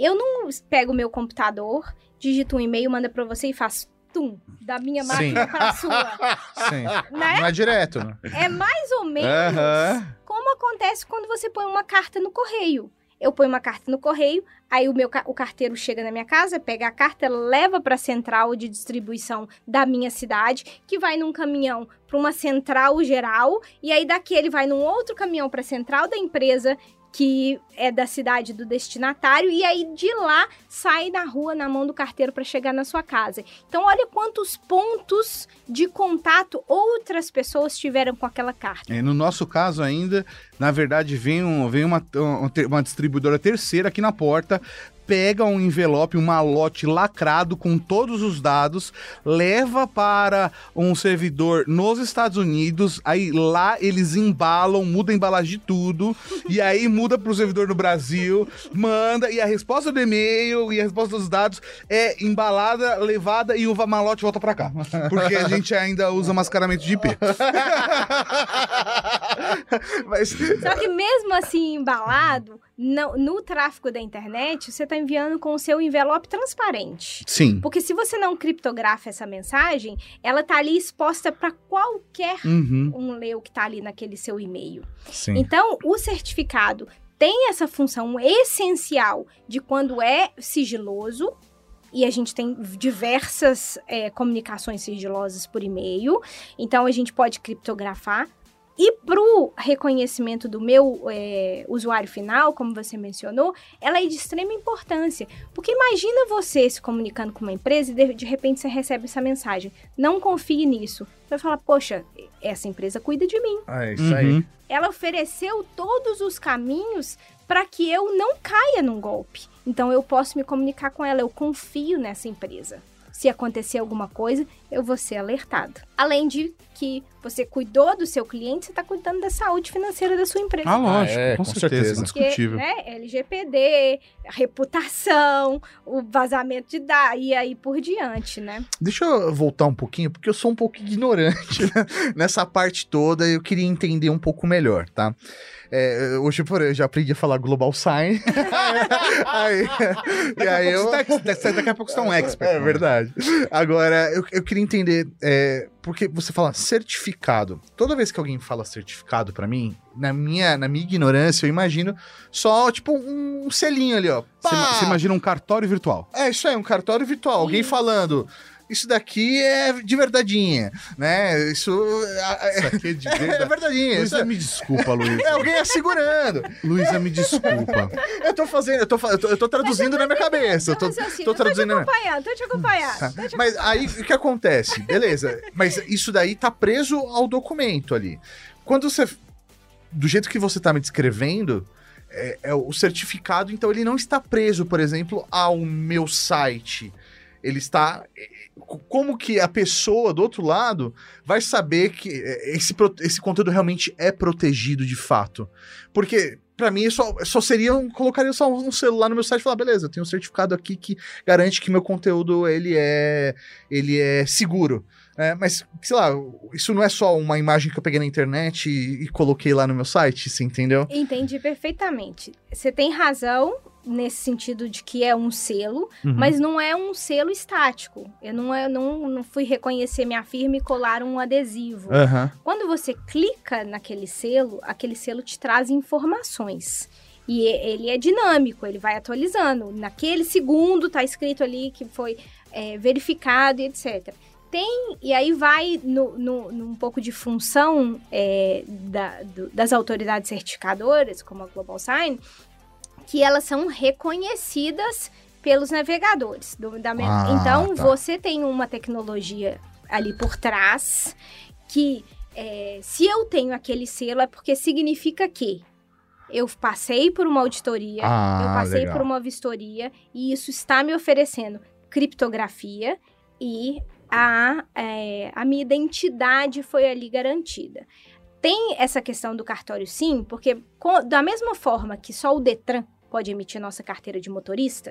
Eu não pego o meu computador, digito um e-mail, manda para você e faço tum, da minha máquina para a sua. Sim. Né? Não é direto, né? É mais ou menos Aham. como acontece quando você põe uma carta no correio. Eu ponho uma carta no correio, aí o, meu, ca- o carteiro chega na minha casa, pega a carta, leva para a central de distribuição da minha cidade, que vai num caminhão para uma central geral, e aí daqui ele vai num outro caminhão para a central da empresa, que é da cidade do destinatário, e aí de lá sai na rua, na mão do carteiro para chegar na sua casa. Então olha quantos pontos de contato outras pessoas tiveram com aquela carta. É, no nosso caso ainda, na verdade, vem, um, vem uma, uma, uma distribuidora terceira aqui na porta, pega um envelope, um malote lacrado com todos os dados, leva para um servidor nos Estados Unidos, aí lá eles embalam, muda a embalagem de tudo, e aí muda para o servidor no Brasil, manda, e a resposta do e-mail e a resposta dos dados é embalada, levada e o malote volta para cá. Porque a gente ainda usa mascaramento de I P. Mas... Só que mesmo assim embalado, no, no tráfego da internet, você está enviando com o seu envelope transparente. Sim. Porque se você não criptografa essa mensagem, ela tá ali exposta para qualquer Uhum. um ler o que tá ali naquele seu e-mail. Sim. Então, o certificado tem essa função essencial de quando é sigiloso, e a gente tem diversas é, comunicações sigilosas por e-mail, então a gente pode criptografar. E para o reconhecimento do meu é, usuário final, como você mencionou, ela é de extrema importância. Porque imagina você se comunicando com uma empresa e de, de repente você recebe essa mensagem. Não confie nisso. Você vai falar, poxa, essa empresa cuida de mim. É isso Uhum. aí. Ela ofereceu todos os caminhos para que eu não caia num golpe. Então eu posso me comunicar com ela, eu confio nessa empresa. Se acontecer alguma coisa, eu vou ser alertado. Além de que você cuidou do seu cliente, você está cuidando da saúde financeira da sua empresa. Ah, lógico, Ah, é, com, com certeza, certeza. indiscutível. Porque, né, L G P D, a reputação, o vazamento de dados e aí por diante, né? Deixa eu voltar um pouquinho, porque eu sou um pouco ignorante né, nessa parte toda e eu queria entender um pouco melhor, tá? É, hoje, por eu já aprendi a falar Global Sign. aí, e aí eu... Daqui a pouco você tá- daqui a pouco você tá um expert. É mano. verdade. Agora, eu, eu queria entender, é, porque você fala certificado. Toda vez que alguém fala certificado pra mim, na minha, na minha ignorância, eu imagino só, tipo, um selinho ali, ó. Você Pá! ima- você imagina um cartório virtual. É isso aí, um cartório virtual. Alguém falando, isso daqui é de verdadeinha, né? Isso é, Isso aqui é de é, é verdade. verdadeinha. Isso Luísa, é, me desculpa, Luísa. é alguém assegurando. Luísa, me desculpa. Eu tô fazendo, eu tô, fa- eu tô, eu tô traduzindo na minha cabeça. Eu tô, Então, assim, tô eu traduzindo Tô na te acompanhando, tô te acompanhando. Tá. Tô te Mas acompanhando. aí, o que acontece? Beleza, mas isso daí tá preso ao documento ali. Quando você... Do jeito que você tá me descrevendo, é, é o certificado, então ele não está preso, por exemplo, ao meu site. Ele está... Como que a pessoa do outro lado vai saber que esse, pro- esse conteúdo realmente é protegido de fato? Porque... Pra mim, só, só seria, um- colocaria só um celular no meu site e falar, beleza, eu tenho um certificado aqui que garante que meu conteúdo, ele é, ele é seguro. É, mas, sei lá, isso não é só uma imagem que eu peguei na internet e, e coloquei lá no meu site, você entendeu? Entendi perfeitamente. Você tem razão nesse sentido de que é um selo, Uhum. mas não é um selo estático. Eu não, eu não, não fui reconhecer minha firma e colar um adesivo. Aham. Quando você clica naquele selo, aquele selo te traz informações. E e- ele é dinâmico, ele vai atualizando. Naquele segundo tá escrito ali que foi é, verificado e etcétera. Tem, e aí vai no, no, num pouco de função é, da, do- das autoridades certificadoras, como a Global Sign, que elas são reconhecidas pelos navegadores. do- da me- Ah, então, tá. você tem uma tecnologia ali por trás que, é, se eu tenho aquele selo, é porque significa que eu passei por uma auditoria, Ah, eu passei legal. por uma vistoria, e isso está me oferecendo criptografia e a, é, a minha identidade foi ali garantida. Tem essa questão do cartório, sim, porque co- da mesma forma que só o Detran pode emitir nossa carteira de motorista,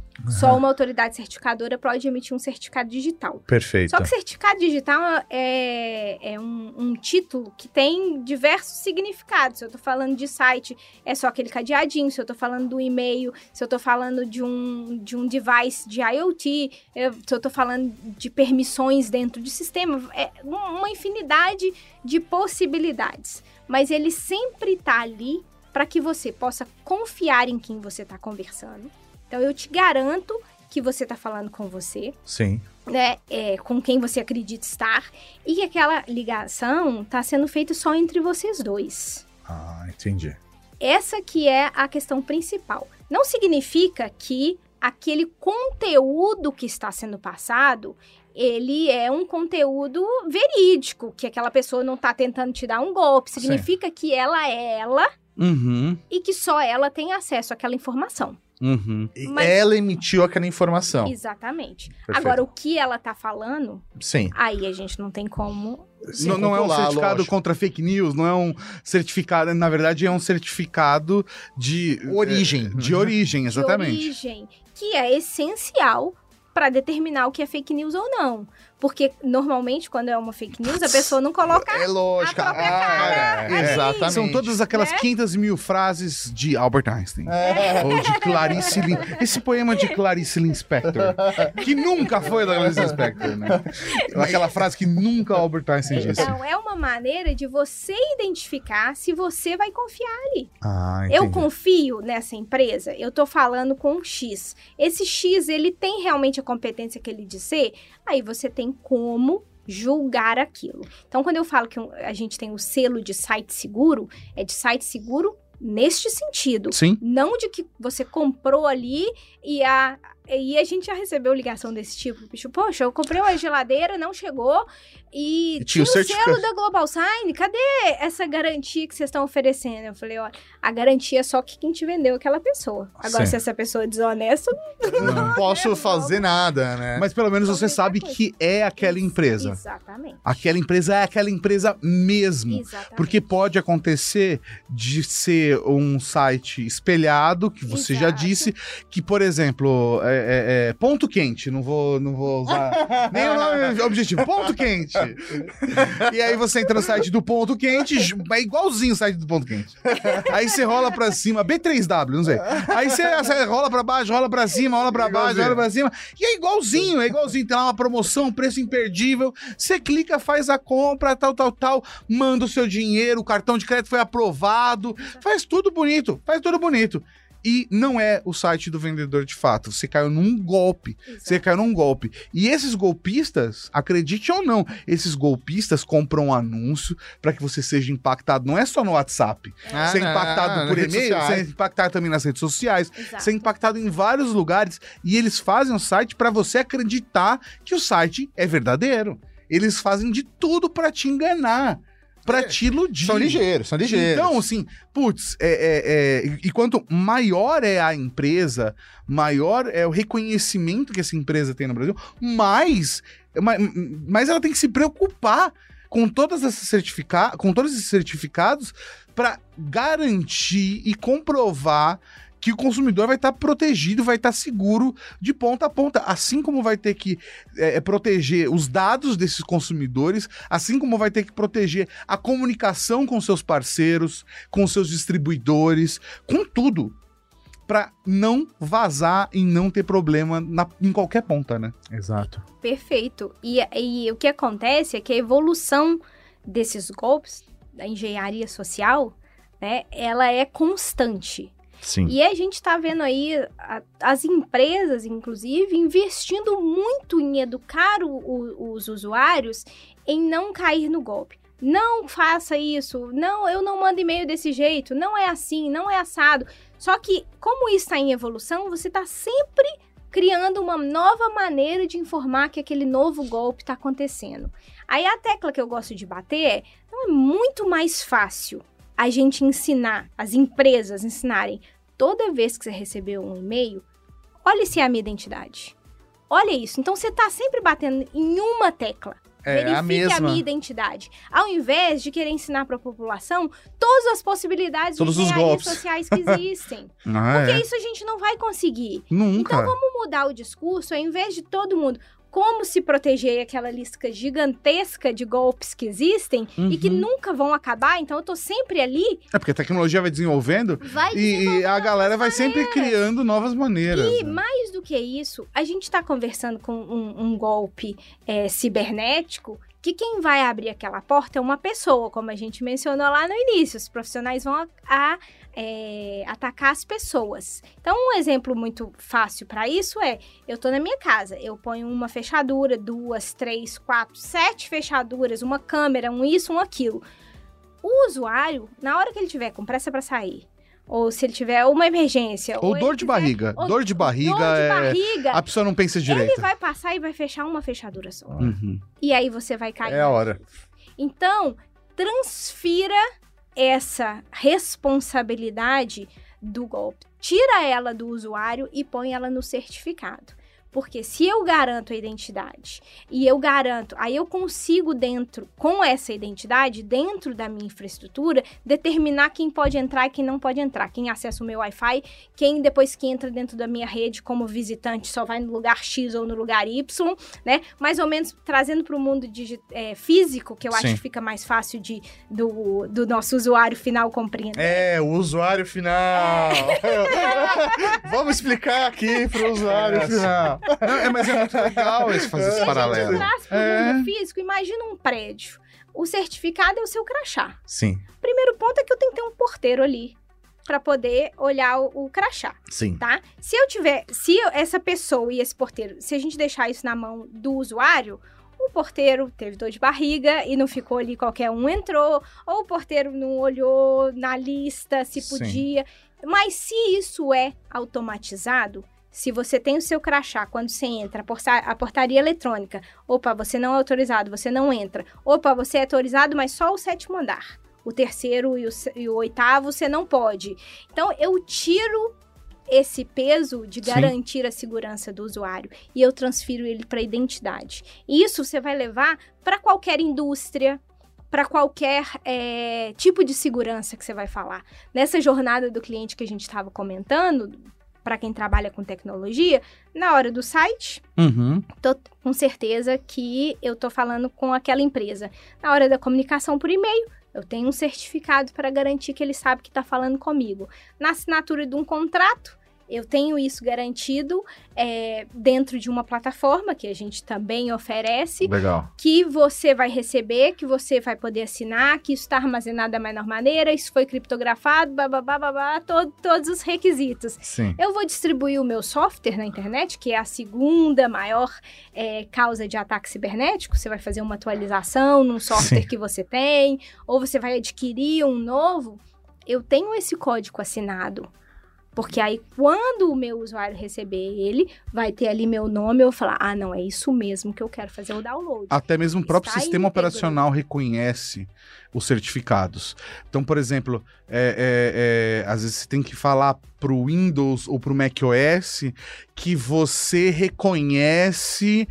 Uhum. Só uma autoridade certificadora pode emitir um certificado digital. Perfeito. Só que certificado digital é, é um, um título que tem diversos significados. Se eu tô falando de site, é só aquele cadeadinho. Se eu tô falando do e-mail, se eu tô falando de um, de um device de IoT, eu, se eu tô falando de permissões dentro de sistema, é uma infinidade de possibilidades. Mas ele sempre tá ali para que você possa confiar em quem você está conversando. Então, eu te garanto que você está falando com você. Sim. Né, é, com quem você acredita estar. E que aquela ligação está sendo feita só entre vocês dois. Ah, entendi. Essa que é a questão principal. Não significa que aquele conteúdo que está sendo passado, ele é um conteúdo verídico, que aquela pessoa não está tentando te dar um golpe. Significa Sim. que ela é ela uhum. e que só ela tem acesso àquela informação. Uhum. Mas... Ela emitiu aquela informação. Exatamente. Perfeito. Agora, o que ela tá falando, Sim. aí a gente não tem como... Sim, não, não é um controlar, certificado lógico. contra fake news, não é um certificado, na verdade é um certificado de... Origem. É, de origem, exatamente. De origem, que é essencial para determinar o que é fake news ou não. Porque, normalmente, quando é uma fake news, a pessoa não coloca É lógico. a própria cara. Ah, é, exatamente. São todas aquelas Né? quinhentas mil frases de Albert Einstein. É. Ou de Clarice Lin... Esse poema de Clarice Lispector, que nunca foi da Clarice Lispector, né? Aquela frase que nunca Albert Einstein disse. Então, é uma maneira de você identificar se você vai confiar ali. Ah, entendi. Eu confio nessa empresa, eu tô falando com um X. Esse X, ele tem realmente a competência que ele dizer? Aí você tem como julgar aquilo. Então, quando eu falo que a gente tem o selo de site seguro, é de site seguro neste sentido. Sim. Não de que você comprou ali e a... E a gente já recebeu ligação desse tipo. Bicho, poxa, eu comprei uma geladeira, não chegou. E, E tinha tinha o o certificado. selo da Global Sign. Cadê essa garantia que vocês estão oferecendo? Eu falei, olha, a garantia é só que quem te vendeu aquela pessoa. Agora, Sim. se essa pessoa é desonesta, Não posso fazer nada, né? Mas pelo menos você Qualquer sabe coisa. que é aquela empresa. Exatamente. Aquela empresa é aquela empresa mesmo. Exatamente. Porque pode acontecer de ser um site espelhado, que você já Exato. disse, que, por exemplo, é, é, é, ponto quente, não vou, não vou usar nem o nome objetivo, ponto quente. E aí você entra no site do ponto quente, é igualzinho o site do ponto quente. Aí você rola pra cima, B três W, não sei. Aí você, você rola pra baixo, rola pra cima, rola pra baixo, Igualzinho. rola pra cima, e é igualzinho, é igualzinho, tem lá uma promoção, preço imperdível, você clica, faz a compra, tal, tal, tal, manda o seu dinheiro, o cartão de crédito foi aprovado, faz tudo bonito, faz tudo bonito. E não é o site do vendedor de fato. Você caiu num golpe. Exato. Você caiu num golpe. E esses golpistas, acredite ou não, esses golpistas compram um anúncio para que você seja impactado. Não é só no WhatsApp. Ah, Você é não, impactado por nas redes e-mail, você é sociais. impactado também nas redes sociais. Exato. Você é impactado em vários lugares. E eles fazem o site para você acreditar que o site é verdadeiro. Eles fazem de tudo para te enganar. Pra te iludir. São ligeiros, são ligeiros. Então, assim, putz, é, é, é, e quanto maior é a empresa, maior é o reconhecimento que essa empresa tem no Brasil, mais, mais, mais ela tem que se preocupar com, todas essas certifica com todos esses certificados para garantir e comprovar que o consumidor vai estar protegido, vai estar seguro de ponta a ponta, assim como vai ter que é, proteger os dados desses consumidores, assim como vai ter que proteger a comunicação com seus parceiros, com seus distribuidores, com tudo, para não vazar e não ter problema na, em qualquer ponta, né? Exato. Perfeito. E, e o que acontece é que a evolução desses golpes, da engenharia social, né, ela é constante. Sim. E a gente está vendo aí a, as empresas, inclusive, investindo muito em educar o, o, os usuários em não cair no golpe. Não faça isso, não, eu não mando e-mail desse jeito, não é assim, não é assado. Só que, como isso está em evolução, você está sempre criando uma nova maneira de informar que aquele novo golpe está acontecendo. Aí a tecla que eu gosto de bater é, não é muito mais fácil a gente ensinar, as empresas ensinarem, toda vez que você recebeu um e-mail, olha se é a minha identidade. Olha isso. Então, você está sempre batendo em uma tecla. É, Verifique a a, mesma. minha identidade. Ao invés de querer ensinar para a população todas as possibilidades Todos de os engenharias golpes. sociais que existem. Ah, Porque é. isso a gente não vai conseguir. Nunca. Então, vamos mudar o discurso, ao invés de todo mundo... Como se proteger aquela lista gigantesca de golpes que existem Uhum. e que nunca vão acabar, então eu tô sempre ali. É porque a tecnologia vai desenvolvendo Vai e, e a galera vai sempre criando novas maneiras. E né? mais do que isso, a gente tá conversando com um, um golpe é, cibernético que quem vai abrir aquela porta é uma pessoa, como a gente mencionou lá no início. Os profissionais vão a, a, é, atacar as pessoas. Então, um exemplo muito fácil para isso é, eu tô na minha casa, eu ponho uma fechadura, duas, três, quatro, sete fechaduras, uma câmera, um isso, um aquilo. O usuário, na hora que ele tiver com pressa para sair, ou se ele tiver uma emergência... Ou, ou dor de quiser, barriga. ou, Dor de barriga dor de é... barriga, A pessoa não pensa direito. ele vai passar e vai fechar uma fechadura só. Uhum. E aí você vai cair. É a hora. Então, transfira essa responsabilidade do golpe. Tira ela do usuário e põe ela no certificado. Porque se eu garanto a identidade e eu garanto, aí eu consigo dentro, com essa identidade, dentro da minha infraestrutura, determinar quem pode entrar e quem não pode entrar, quem acessa o meu Wi-Fi, quem depois que entra dentro da minha rede como visitante só vai no lugar X ou no lugar Y, né? Mais ou menos trazendo para o mundo digi- é, físico, que eu acho Sim. que fica mais fácil de, do, do nosso usuário final compreender. É, o usuário final. Vamos explicar aqui pro usuário É. final. Não, é, mas é muito legal esse fazer esse Se a paralelo. gente traz para o É. mundo físico, imagina um prédio. O certificado é o seu crachá. Sim, Primeiro ponto é que eu tenho que ter um porteiro ali para poder olhar o, o crachá, sim. tá? Se eu tiver, se eu- essa pessoa e esse porteiro, se a gente deixar isso na mão do usuário, o porteiro teve dor de barriga e não ficou ali, qualquer um entrou, ou o porteiro não olhou na lista se Sim. podia. Mas se isso é automatizado, se você tem o seu crachá, quando você entra, a porta- a portaria eletrônica, opa, você não é autorizado, você não entra. Opa, você é autorizado, mas só o sétimo andar. O terceiro e o, se- e o oitavo você não pode. Então, eu tiro esse peso de Sim. garantir a segurança do usuário e eu transfiro ele para a identidade. E isso você vai levar para qualquer indústria, para qualquer é, tipo de segurança que você vai falar. Nessa jornada do cliente que a gente estava comentando, para quem trabalha com tecnologia, na hora do site, Uhum. tô com certeza que eu tô falando com aquela empresa. Na hora da comunicação por e-mail, eu tenho um certificado para garantir que ele sabe que está falando comigo. Na assinatura de um contrato, eu tenho isso garantido é, dentro de uma plataforma que a gente também oferece, Legal. que você vai receber, que você vai poder assinar, que isso está armazenado da melhor maneira, isso foi criptografado, bababá, babá, todo, todos os requisitos. Sim. Eu vou distribuir o meu software na internet, que é a segunda maior é, causa de ataque cibernético. Você vai fazer uma atualização num software Sim. que você tem, ou você vai adquirir um novo. Eu tenho esse código assinado. Porque aí, quando o meu usuário receber ele, vai ter ali meu nome, eu vou falar, ah, não, é isso mesmo que eu quero fazer o download. Até mesmo o próprio Está sistema íntegro. operacional reconhece os certificados. Então, por exemplo, é, é, é, às vezes você tem que falar para o Windows ou para o macOS que você reconhece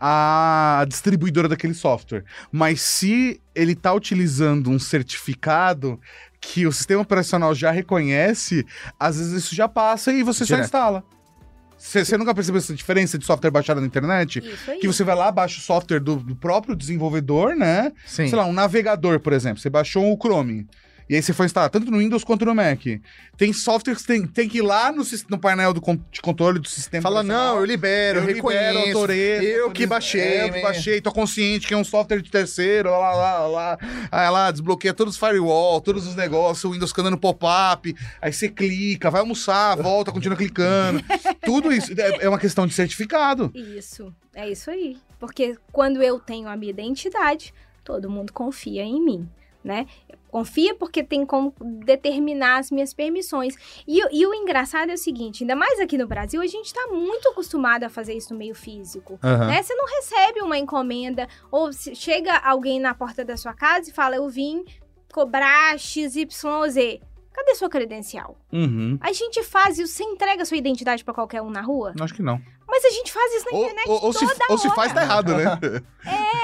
a distribuidora daquele software. Mas se ele está utilizando um certificado que o sistema operacional já reconhece, às vezes isso já passa e você só Direto. instala. Você você nunca percebeu essa diferença de software baixado na internet? Isso aí. Que você vai lá, baixa o software do, do próprio desenvolvedor, né? Sim. Sei lá, um navegador, por exemplo. Você baixou o Chrome. E aí você foi instalar tanto no Windows quanto no Mac. Tem software que tem, tem que ir lá no, sis- no painel do, con- de controle do sistema Fala, operacional. não, eu libero, eu, Eu libero, reconheço. autoreço, eu tudo que isso. baixei. É, eu que né? baixei, tô consciente que é um software de terceiro, lá, lá, lá, lá. Aí lá, desbloqueia todos os firewall, todos os negócios, o Windows ficando no pop-up, aí você clica, vai almoçar, volta, continua clicando. Tudo isso é é uma questão de certificado. Isso, é isso aí. Porque quando eu tenho a minha identidade, todo mundo confia em mim, né? Confia porque tem como determinar as minhas permissões. E, e o engraçado é o seguinte, ainda mais aqui no Brasil, a gente tá muito acostumado a fazer isso no meio físico. Aham. Né? Você não recebe uma encomenda, ou se chega alguém na porta da sua casa e fala, eu vim cobrar X Y Z. Cadê sua credencial? Uhum. A gente faz isso, você entrega sua identidade pra qualquer um na rua? Acho que não. Mas a gente faz isso na Ou, internet ou, ou se, toda ou se hora. faz, tá errado, né? É,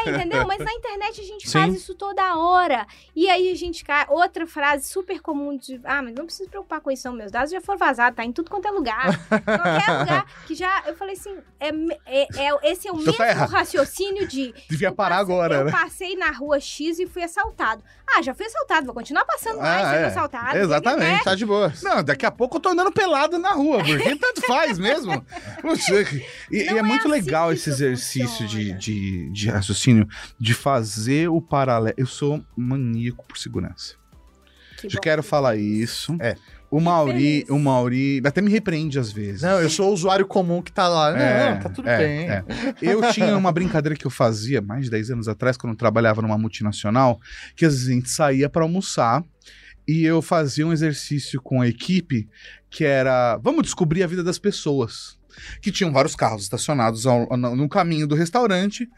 entendeu? Mas na internet a gente Sim. faz isso toda hora. E aí a gente cai. Outra frase super comum de. Ah, mas não preciso se preocupar com isso, são meus dados já foram vazados, tá em tudo quanto é lugar. Qualquer lugar. Que já. Eu falei assim, é, é, é, esse é o Então mesmo tá errado. raciocínio de. Devia eu parar passei- agora, Eu né? passei na rua X e fui assaltado. Ah, já fui assaltado, vou continuar passando mais Ah, sendo é. assaltado. Exatamente. Tá de boa. Não, daqui a pouco eu tô andando pelado na rua, porque tanto faz mesmo. Poxa, e, e Não é é muito assim legal que esse isso exercício de, funciona. de, de raciocínio, de fazer o paralelo. Eu sou maníaco por segurança. Que Já bom. quero falar isso. É. O Mauri, feliz. o Mauri até me repreende às vezes. Não, eu sou o usuário comum que tá lá. É, Não, tá tudo é, bem. é. Eu tinha uma brincadeira que eu fazia mais de dez anos atrás, quando eu trabalhava numa multinacional, que às vezes a gente saía para almoçar e eu fazia um exercício com a equipe que era, vamos descobrir a vida das pessoas. Que tinham vários carros estacionados ao- no no caminho do restaurante.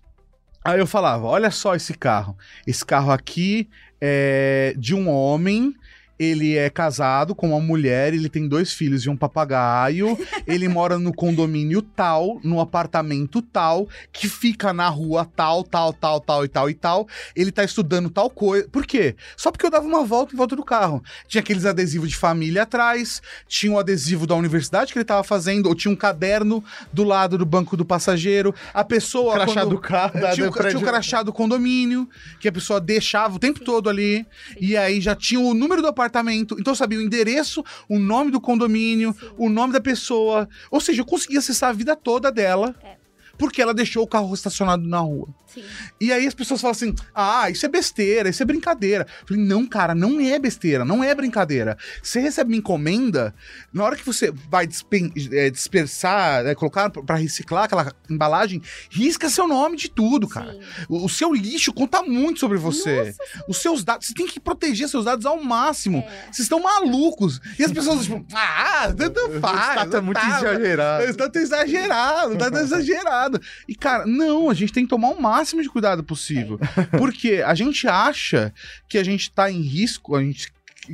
Aí eu falava, olha só esse carro. Esse carro aqui é de um homem. Ele é casado com uma mulher, ele tem dois filhos e um papagaio, ele mora no condomínio tal, no apartamento tal, que fica na rua tal, tal, tal, tal e tal e tal. Ele tá estudando tal coisa. Por quê? Só porque eu dava uma volta em volta do carro. Tinha aqueles adesivos de família atrás, tinha o adesivo da universidade que ele tava fazendo, ou tinha um caderno do lado do banco do passageiro. A pessoa... Crachá quando- do carro. da- tinha, do o, tinha o prédio. crachá do condomínio, que a pessoa deixava o tempo todo ali, e aí já tinha o número do apartamento, então eu sabia o endereço, o nome do condomínio, Sim. o nome da pessoa, ou seja, eu conseguia acessar a vida toda dela, É. porque ela deixou o carro estacionado na rua. Sim. E aí as pessoas falam assim, ah, isso é besteira, isso é brincadeira. Eu falei, não, cara, não é besteira, não é brincadeira. Você recebe uma encomenda, na hora que você vai dispen- é, dispersar, é, colocar pra reciclar aquela embalagem, risca seu nome de tudo, cara. Sim. O, o seu lixo conta muito sobre você. Os seus dados, você tem que proteger seus dados ao máximo. É. Vocês estão malucos. E as pessoas, tipo, ah, tanto faz. Tá muito tá, exagerado. Tanto exagerado, tanto exagerado. E, cara, não, a gente tem que tomar o máximo de cuidado possível. Porque a gente acha que a gente tá em risco, a gente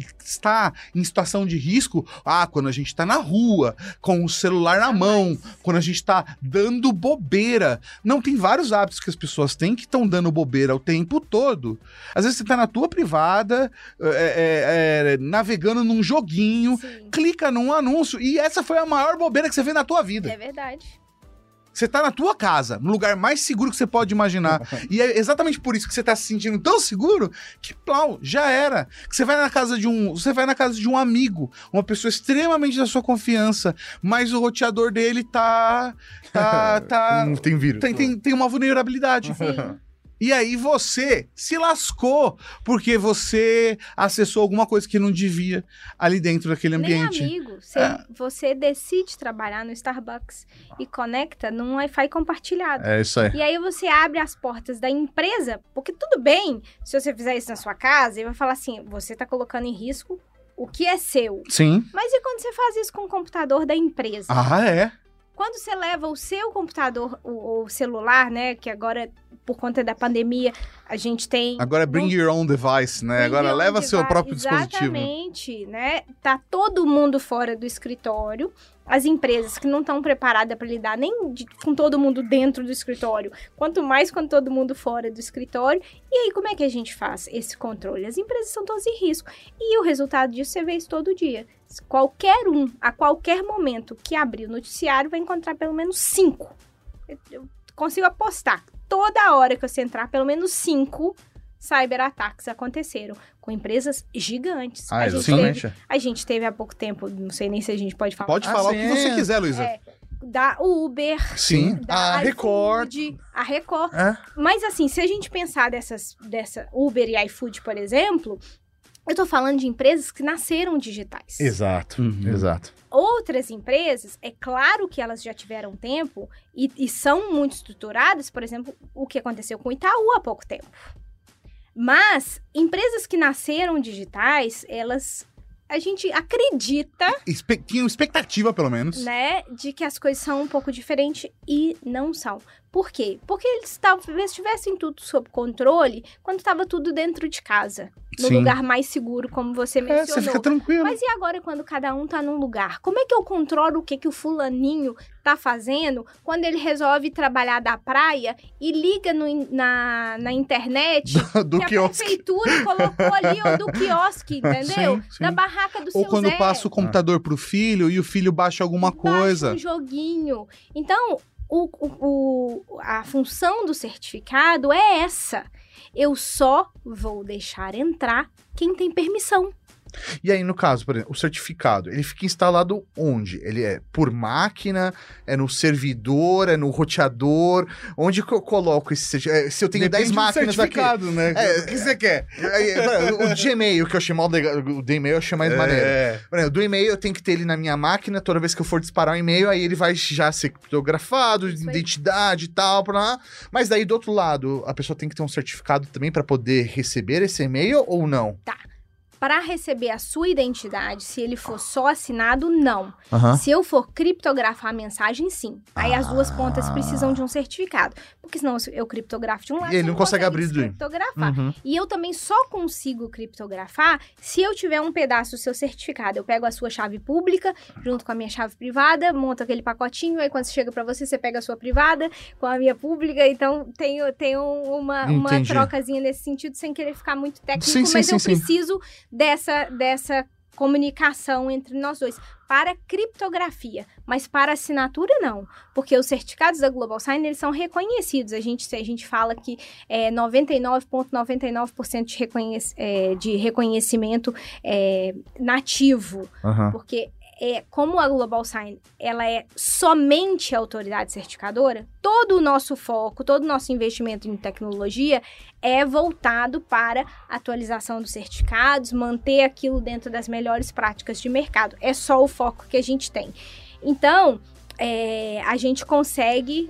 está em situação de risco, ah, quando a gente tá na rua, com o celular na mão, quando a gente tá dando bobeira. Não, tem vários hábitos que as pessoas têm que estão dando bobeira o tempo todo. Às vezes você tá na tua privada, é, é, é, navegando num joguinho, Sim. clica num anúncio, e essa foi a maior bobeira que você fez na tua vida. É verdade. Você tá na tua casa, no lugar mais seguro que você pode imaginar. E é exatamente por isso que você tá se sentindo tão seguro que, plau, já era. Que você vai na casa de um, você vai na casa de um amigo, uma pessoa extremamente da sua confiança, mas o roteador dele tá tá tá Não tem vírus. tem, tem, tem uma vulnerabilidade. Sim. E aí você se lascou porque você acessou alguma coisa que não devia ali dentro daquele ambiente. Nem amigo. Você, É. você decide trabalhar no Starbucks e conecta num Wi-Fi compartilhado. É isso aí. E aí você abre as portas da empresa, porque tudo bem se você fizer isso na sua casa e vai falar assim, você tá colocando em risco o que é seu. Sim. Mas e quando você faz isso com o computador da empresa? Ah, é. Quando você leva o seu computador, o, o celular, né, que agora, por conta da pandemia, a gente tem... Agora é bring não- your own device, né? Bring Agora your leva own seu device. próprio dispositivo. Exatamente, né? Tá todo mundo fora do escritório. As empresas que não estão preparadas para lidar nem de- com todo mundo dentro do escritório, quanto mais com todo mundo fora do escritório. E aí, como é que a gente faz esse controle? As empresas são todas em risco. E o resultado disso você vê isso todo dia. Qualquer um, a qualquer momento que abrir o noticiário, vai encontrar pelo menos cinco. Eu, eu consigo apostar. Toda hora que você entrar, pelo menos cinco cyberataques aconteceram com empresas gigantes. Ah, a, gente exatamente. teve, a gente teve há pouco tempo, não sei nem se a gente pode falar. Pode Ah, falar sim. o que você quiser, Luísa. É, da Uber, Sim. da A Record. iFood, a Record. É? Mas assim, se a gente pensar dessas, dessa Uber e iFood, por exemplo, eu tô falando de empresas que nasceram digitais. Exato, Uhum. exato. Outras empresas, é claro que elas já tiveram tempo e, e são muito estruturadas, por exemplo, o que aconteceu com o Itaú há pouco tempo. Mas empresas que nasceram digitais, elas, a gente acredita, Espe tinha uma expectativa, pelo menos. né, de que as coisas são um pouco diferentes e não são. Por quê? Porque eles talvez tivessem tudo sob controle quando estava tudo dentro de casa. no Sim. lugar mais seguro, como você É, mencionou. você fica tranquilo. Mas e agora quando cada um tá num lugar? Como é que eu controlo o que, que o fulaninho tá fazendo quando ele resolve trabalhar da praia e liga no, na, na internet Do que a quiosque. prefeitura colocou ali, ou do quiosque, entendeu? Sim, sim. Da barraca do Ou seu quando Zé. passa o computador pro filho e o filho baixa alguma Baixa coisa. um joguinho. Então, o, o, o, a função do certificado é essa. Eu só vou deixar entrar quem tem permissão. E aí, no caso, por exemplo, o certificado, ele fica instalado onde? Ele é por máquina, é no servidor, é no roteador? Onde que eu coloco esse certificado? Se eu tenho Depende dez do máquinas aqui... certificado, né? É, o que você quer? Aí, o Gmail, que eu achei mal legal, o do e-mail eu achei mais maneiro. É. Por exemplo, do e-mail eu tenho que ter ele na minha máquina, toda vez que eu for disparar um e-mail, aí ele vai já ser criptografado, Isso aí. identidade e tal, pra lá. Mas daí, do outro lado, a pessoa tem que ter um certificado também para poder receber esse e-mail ou não? Para receber a sua identidade, se ele for só assinado, não. Aham. Se eu for criptografar a mensagem, sim. Aí as duas Ah. pontas precisam de um certificado. Porque senão eu criptografo de um lado, E ele você não consegue abrir do- criptografar. Uhum. E eu também só consigo criptografar se eu tiver um pedaço do seu certificado. Eu pego a sua chave pública, junto com a minha chave privada, monto aquele pacotinho, aí quando chega para você, você pega a sua privada com a minha pública. Então, tem, tem um- uma, uma Entendi. trocazinha nesse sentido, sem querer ficar muito técnico, Sim, sim, mas sim, eu sim. preciso dessa, dessa comunicação entre nós dois. Para criptografia, mas para assinatura, não. Porque os certificados da Global Sign, eles são reconhecidos. A gente, a gente fala que é noventa e nove vírgula noventa e nove por cento de, reconhec é, de reconhecimento é, nativo. Aham. Porque é, como a Global Sign, ela é somente autoridade certificadora, todo o nosso foco, todo o nosso investimento em tecnologia é voltado para atualização dos certificados, manter aquilo dentro das melhores práticas de mercado. É só o foco que a gente tem. Então, é, a gente consegue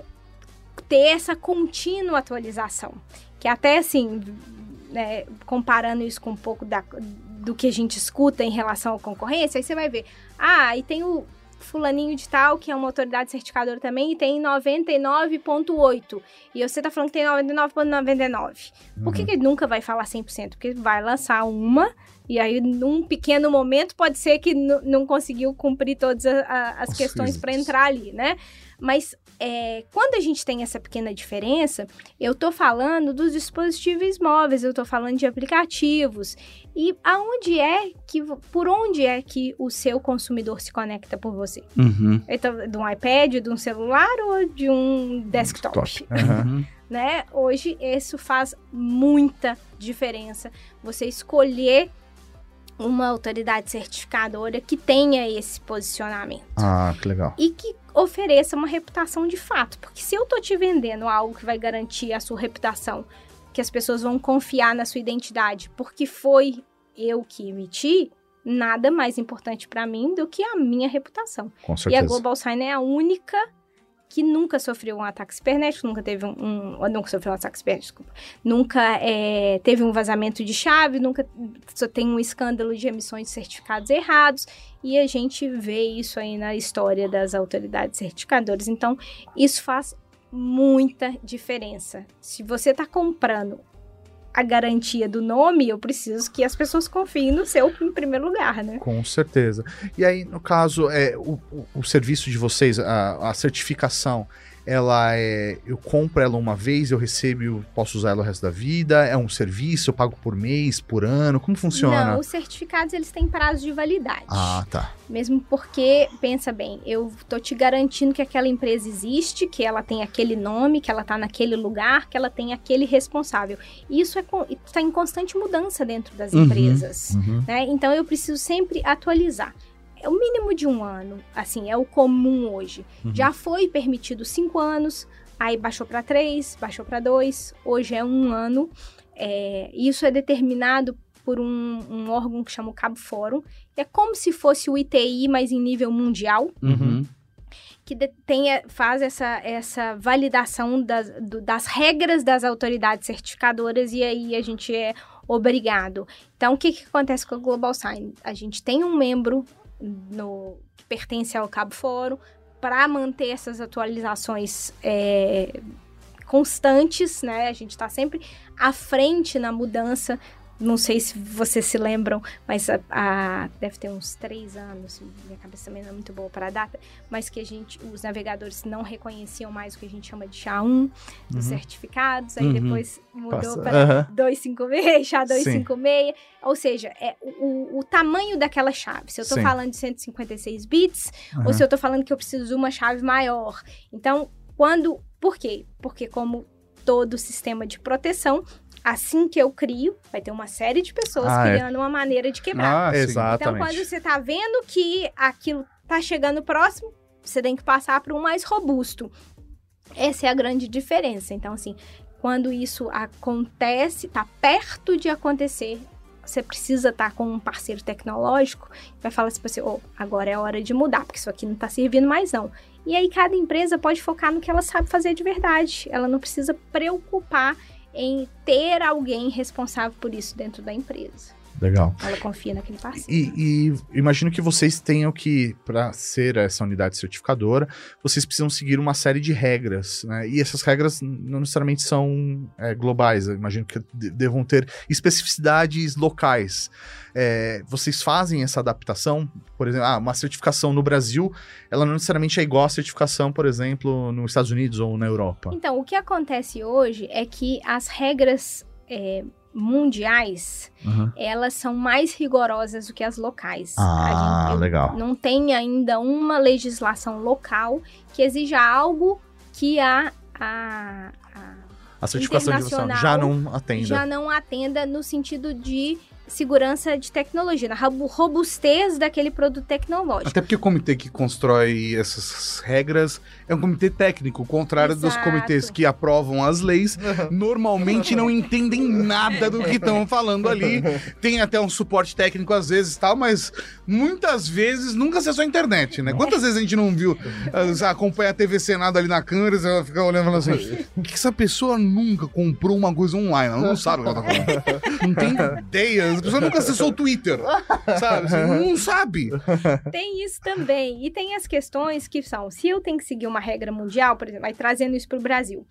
ter essa contínua atualização, que até assim, né, comparando isso com um pouco da, do que a gente escuta em relação à concorrência, aí você vai ver, ah, e tem o fulaninho de tal, que é uma autoridade certificadora também, e tem noventa e nove vírgula oito. E você tá falando que tem noventa e nove vírgula noventa e nove. Por que que ele nunca vai falar cem por cento? Porque vai lançar uma, e aí num pequeno momento pode ser que n- não conseguiu cumprir todas a- a- as Os questões para requisitos. entrar ali, né? Mas é, quando a gente tem essa pequena diferença, eu tô falando dos dispositivos móveis, eu tô falando de aplicativos. E aonde é que, vo- por onde é que o seu consumidor se conecta por você? Uhum. Ele tá de um iPad, de um celular ou de um desktop? Aham. Uhum. Né? Hoje isso faz muita diferença. Você escolher uma autoridade certificadora que tenha esse posicionamento Ah, que legal. e que ofereça uma reputação de fato. Porque se eu tô te vendendo algo que vai garantir a sua reputação, que as pessoas vão confiar na sua identidade, porque foi eu que emiti, nada mais importante para mim do que a minha reputação. Com E a certeza. Global Sign é a única que nunca sofreu um ataque cibernético, nunca teve um... um nunca sofreu um ataque cibernético, desculpa. Nunca é, teve um vazamento de chave, nunca só tem um escândalo de emissões de certificados errados, e a gente vê isso aí na história das autoridades certificadoras. Então, isso faz muita diferença. Se você está comprando a garantia do nome, eu preciso que as pessoas confiem no seu em primeiro lugar, né? Com certeza. E aí, no caso, é, o, o, o serviço de vocês, a, a certificação, ela é... Eu compro ela uma vez, eu recebo, eu posso usar ela o resto da vida? É um serviço, eu pago por mês, por ano? Como funciona? Não, os certificados, eles têm prazo de validade. Ah, tá. Mesmo porque, pensa bem, eu tô te garantindo que aquela empresa existe, que ela tem aquele nome, que ela tá naquele lugar, que ela tem aquele responsável. E isso é, está em constante mudança dentro das Uhum, empresas, Uhum. né? Então, eu preciso sempre atualizar. É o mínimo de um ano, assim, é o comum hoje. Uhum. Já foi permitido cinco anos, aí baixou para três, baixou para dois, hoje é um ano. É, isso é determinado por um, um órgão que chama o Cabo Fórum. É como se fosse o I T I, mas em nível mundial, Uhum. que de- tem, faz essa, essa validação das, do- das regras das autoridades certificadoras, e aí a gente é obrigado. Então, o que, que acontece com a Global Sign? A gente tem um membro no, que pertence ao Cabo Fórum para manter essas atualizações é, constantes, né? A gente está sempre à frente na mudança não sei se vocês se lembram, mas a, a, deve ter uns três anos, minha cabeça também não é muito boa para a data, mas que a gente, os navegadores não reconheciam mais o que a gente chama de S H A um, dos Uhum. certificados, aí Uhum. depois mudou Passa- para aham. duzentos e cinquenta e seis, S H A duzentos e cinquenta e seis, ou seja, é o, o tamanho daquela chave. Se eu estou Sim. falando de cento e cinquenta e seis bits, ou Aham. se eu estou falando que eu preciso de uma chave maior. Então, quando... Por quê? Porque como todo sistema de proteção, assim que eu crio, vai ter uma série de pessoas Ah, é. criando uma maneira de quebrar. Ah, sim. Então, Exatamente. quando você tá vendo que aquilo tá chegando próximo, você tem que passar para um mais robusto. Essa é a grande diferença. Então, assim, quando isso acontece, tá perto de acontecer, você precisa estar com um parceiro tecnológico que vai falar assim pra você, oh, agora é a hora de mudar, porque isso aqui não tá servindo mais não. E aí cada empresa pode focar no que ela sabe fazer de verdade. Ela não precisa preocupar em ter alguém responsável por isso dentro da empresa. Legal. Ela confia naquele parceiro. E, e imagino que vocês tenham que, para ser essa unidade certificadora, vocês precisam seguir uma série de regras, né? E essas regras não necessariamente são é, globais. Eu imagino que de- devam ter especificidades locais. É, vocês fazem essa adaptação? Por exemplo, ah, uma certificação no Brasil, ela não necessariamente é igual à certificação, por exemplo, nos Estados Unidos ou na Europa. Então, o que acontece hoje é que as regras é, mundiais, Uhum. elas são mais rigorosas do que as locais. Ah, A gente- eu legal. Não tem ainda uma legislação local que exija algo que a, a, a A certificação de internacional já não atenda. já não atenda no sentido de segurança de tecnologia, na robu- robustez daquele produto tecnológico. Até porque o comitê que constrói essas regras é um comitê técnico, ao contrário dos Exato. comitês que aprovam as leis, normalmente não entendem nada do que estão falando ali. Tem até um suporte técnico às vezes e tal, mas muitas vezes nunca acessou a internet, né? Quantas vezes a gente não viu, ah, acompanha a T V Senado ali na câmera, você vai ficar olhando e falando assim, por que essa pessoa nunca comprou uma coisa online? Ela não sabe o que ela tá falando. Não tem ideia. A pessoa nunca acessou o Twitter, sabe? Assim, não sabe. Tem isso também. E tem as questões que são, se eu tenho que seguir uma regra mundial, por exemplo, aí trazendo isso para o Brasil.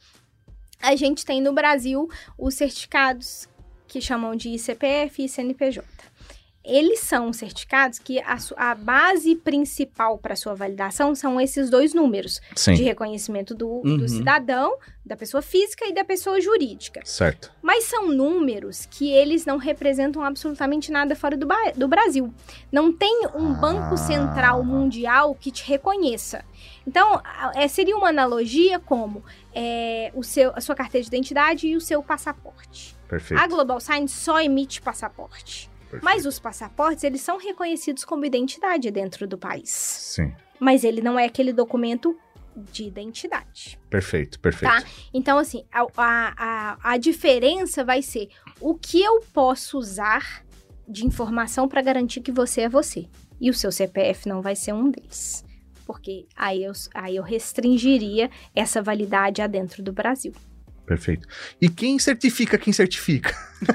A gente tem no Brasil os certificados que chamam de I C P F e C N P J. Eles são certificados que a, su- a base principal para sua validação são esses dois números, de Sim, reconhecimento do, Uhum. do cidadão, da pessoa física e da pessoa jurídica. certo. Mas são números que eles não representam absolutamente nada fora do, ba- do Brasil. Não tem um Ah. banco central mundial que te reconheça. Então, a- é, seria uma analogia como é, o seu, a sua carteira de identidade e o seu passaporte. Perfeito. A Global Sign só emite passaporte. perfeito. Mas os passaportes, eles são reconhecidos como identidade dentro do país. Sim, Mas ele não é aquele documento de identidade. perfeito, perfeito. Tá. Então, assim, a, a, a, a diferença vai ser o que eu posso usar de informação para garantir que você é você. E o seu C P F não vai ser um deles. Porque aí eu, aí eu restringiria essa validade adentro do Brasil. Perfeito. E quem certifica quem certifica?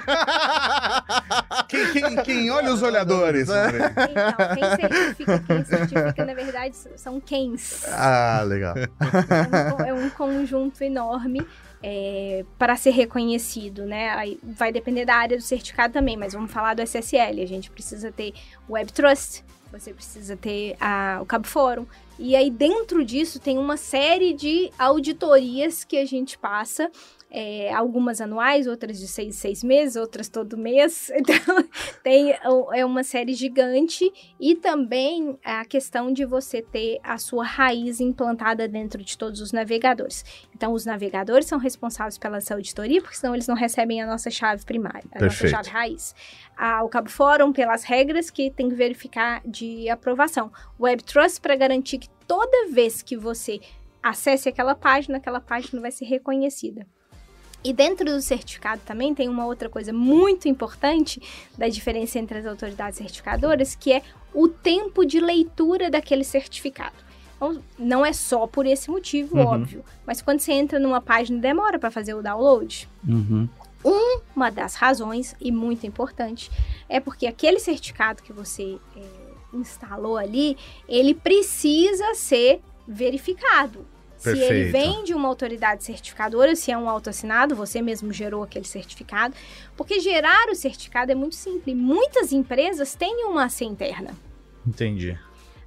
Quem, quem- quem olha os olhadores. André. Então, quem certifica, quem certifica, na verdade, são quens. Ah, legal. É um, co- é um conjunto enorme é, para ser reconhecido, né? Aí vai depender da área do certificado também, mas vamos falar do S S L. A gente precisa ter o Web Trust, você precisa ter a, o Cabo Fórum. E aí, dentro disso, tem uma série de auditorias que a gente passa, é, algumas anuais, outras de seis, seis meses, outras todo mês. Então, tem é uma série gigante. E também a questão de você ter a sua raiz implantada dentro de todos os navegadores. Então, os navegadores são responsáveis pela essa auditoria, porque senão eles não recebem a nossa chave primária, a Perfeito. nossa chave raiz. Ah, o Cabo Fórum pelas regras que tem que verificar de aprovação. O Web Trust para garantir que toda vez que você acesse aquela página, aquela página vai ser reconhecida. E dentro do certificado também tem uma outra coisa muito importante da diferença entre as autoridades certificadoras, que é o tempo de leitura daquele certificado. Então, não é só por esse motivo, Uhum. óbvio, mas quando você entra numa página e demora para fazer o download, Uhum. uma das razões, e muito importante, é porque aquele certificado que você é, instalou ali, ele precisa ser verificado. Se ele Perfeito. vem de uma autoridade certificadora, se é um autoassinado, você mesmo gerou aquele certificado. Porque gerar o certificado é muito simples. Muitas empresas têm uma A C interna. Entendi.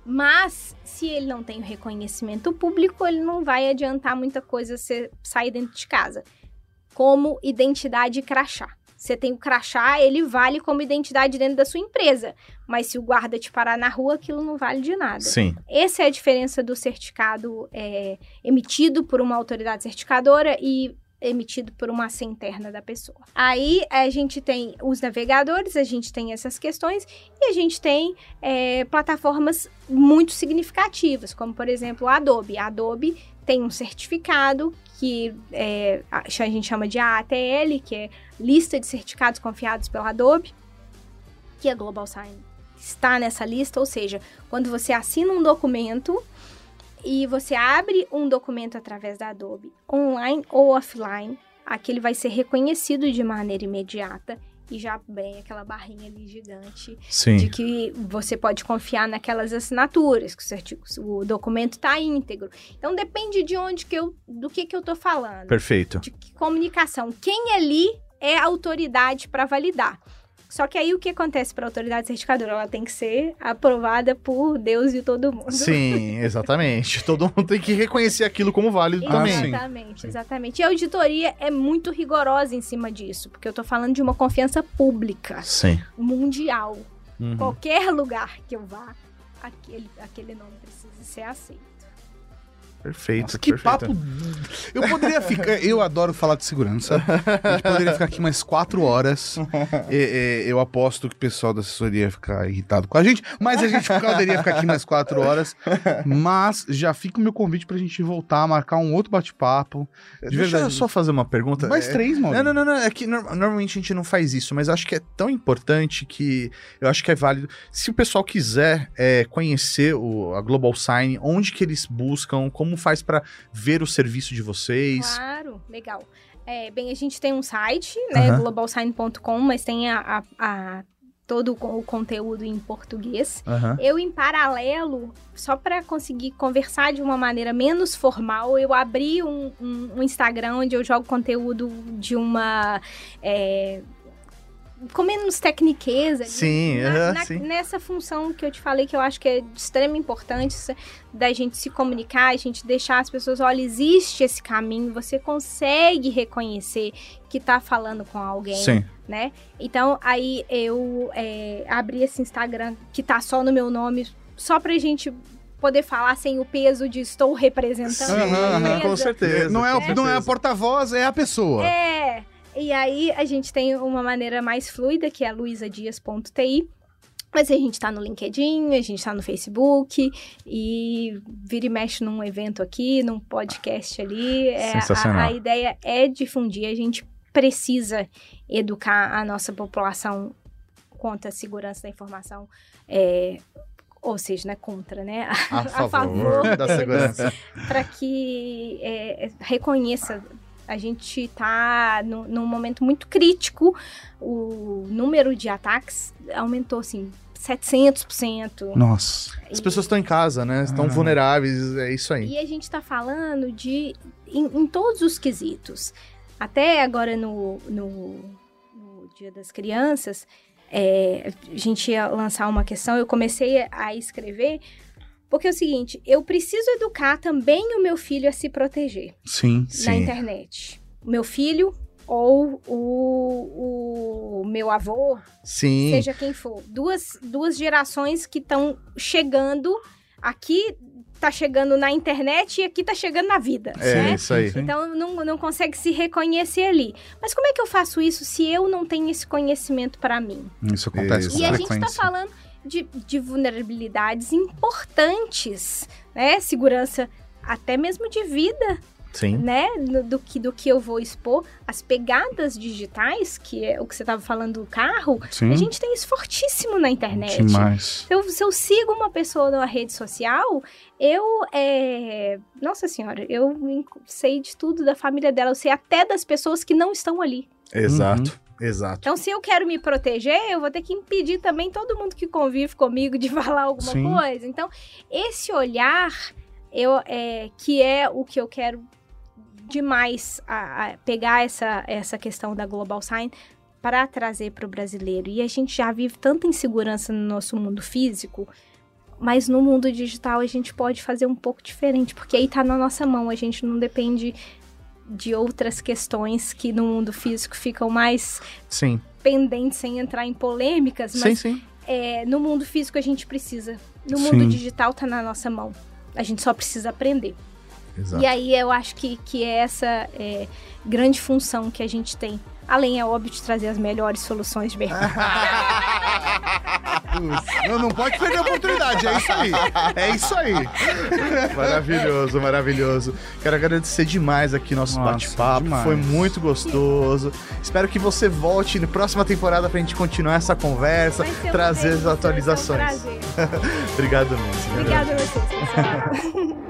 Mas, se ele não tem o reconhecimento público, ele não vai adiantar muita coisa você sair dentro de casa. Como identidade crachá. Você tem o crachá, ele vale como identidade dentro da sua empresa. Mas se o guarda te parar na rua, aquilo não vale de nada. Sim. Essa é a diferença do certificado é, emitido por uma autoridade certificadora e emitido por uma A C interna da pessoa. Aí a gente tem os navegadores, a gente tem essas questões e a gente tem é, plataformas muito significativas, como por exemplo a Adobe. A Adobe tem um certificado que é, a gente chama de A A T L, que é Lista de Certificados Confiados pela Adobe, que a Global Sign está nessa lista, ou seja, quando você assina um documento e você abre um documento através da Adobe, online ou offline, aquele vai ser reconhecido de maneira imediata e já vem aquela barrinha ali gigante Sim. de que você pode confiar naquelas assinaturas, que o, certi- o documento está íntegro. Então, depende de onde que eu, do que que eu tô falando. Perfeito. De que comunicação. Quem ali é a autoridade para validar. Só que aí o que acontece para a autoridade certificadora? Ela tem que ser aprovada por Deus e todo mundo. Sim, exatamente. Todo mundo tem que reconhecer aquilo como válido Ah, também. sim. Exatamente, exatamente. E a auditoria é muito rigorosa em cima disso, porque eu tô falando de uma confiança pública, Sim. mundial. Uhum. Qualquer lugar que eu vá, aquele, aquele nome precisa ser aceito. Perfeito. Nossa, que perfeito. papo. Eu poderia ficar. Eu adoro falar de segurança. A gente poderia ficar aqui mais quatro horas. E, e, eu aposto que o pessoal da assessoria ia ficar irritado com a gente. Mas a gente poderia ficar aqui mais quatro horas. Mas já fica o meu convite pra gente voltar, marcar um outro bate-papo. De Deixa verdade. eu só fazer uma pergunta. Mais É- três, mano. Não, não, não, não. É que no- normalmente a gente não faz isso, mas eu acho que é tão importante que eu acho que é válido. Se o pessoal quiser é, conhecer o, a Global Sign, onde que eles buscam, como faz pra ver o serviço de vocês? Claro, legal. É, bem, a gente tem um site, né, Aham. global sign ponto com, mas tem a, a- a- todo o con- o conteúdo em português. Aham. Eu, em paralelo, só para conseguir conversar de uma maneira menos formal, eu abri um, um- um Instagram onde eu jogo conteúdo de uma... É, com menos tecniqueza. ali, Sim, na- aham, na- sim. Nessa função que eu te falei, que eu acho que é de extrema importância da gente se comunicar, a gente deixar as pessoas, olha, existe esse caminho, você consegue reconhecer que tá falando com alguém, Sim. né? Então, aí eu é, abri esse Instagram que tá só no meu nome, só pra gente poder falar sem o peso de estou representando Aham, uma aham, empresa. com certeza. Não é, com o- não é a certeza. porta-voz, é a pessoa. É, e aí a gente tem uma maneira mais fluida, que é luisa dias ponto t i, mas a gente tá no LinkedIn, a gente tá no Facebook, e vira e mexe num evento aqui, num podcast ali. É, Sensacional. a, a ideia é difundir, a gente precisa educar a nossa população quanto à segurança da informação, é, ou seja, né, contra, né? A favor da segurança. Para que é, reconheça. A gente está num momento muito crítico. O número de ataques aumentou, assim, setecentos por cento. Nossa. As pessoas estão em casa, né? Estão Ah. vulneráveis, é isso aí. E a gente está falando de... Em, em todos os quesitos. Até agora no, no, no Dia das Crianças, é, a gente ia lançar uma questão, eu comecei a escrever... Porque é o seguinte, eu preciso educar também o meu filho a se proteger Sim. na Sim. internet. O meu filho ou o, o meu avô, Sim. seja quem for. Duas, duas gerações que estão chegando, aqui tá chegando na internet e aqui tá chegando na vida, É né? isso aí. Sim. Então, não, não consegue se reconhecer ali. Mas como é que eu faço isso se eu não tenho esse conhecimento para mim? Isso acontece Isso. com E a gente frequência. está falando de, de vulnerabilidades importantes, né? Segurança até mesmo de vida, Sim. né? Do, do que, do que eu vou expor. As pegadas digitais, que é o que você estava falando do carro, Sim. a gente tem isso fortíssimo na internet. Demais. Se eu, se eu sigo uma pessoa numa rede social, eu, é... Nossa Senhora, eu sei de tudo da família dela, eu sei até das pessoas que não estão ali. Exato. Exato. Então, se eu quero me proteger, eu vou ter que impedir também todo mundo que convive comigo de falar alguma Sim. coisa. Então, esse olhar eu, é, que é o que eu quero demais, a, a pegar essa, essa questão da Global Sign para trazer para o brasileiro. E a gente já vive tanta insegurança no nosso mundo físico, mas no mundo digital a gente pode fazer um pouco diferente, porque aí tá na nossa mão, a gente não depende de outras questões que no mundo físico ficam mais Sim. pendentes, sem entrar em polêmicas, mas Sim, sim. É, no mundo físico a gente precisa, no mundo Sim. digital tá na nossa mão, a gente só precisa aprender. Exato. E aí eu acho que, que é essa é, grande função que a gente tem. Além, é óbvio, de trazer as melhores soluções de mercado. Não, não pode perder a oportunidade, é isso aí. É isso aí. Maravilhoso, maravilhoso. Quero agradecer demais aqui nosso Nossa, bate-papo. demais. Foi muito gostoso. Espero que você volte na próxima temporada pra gente continuar essa conversa, Vai ser um trazer prazer, as atualizações. vai ser um prazer. Obrigado mesmo. Obrigada a vocês, pessoal.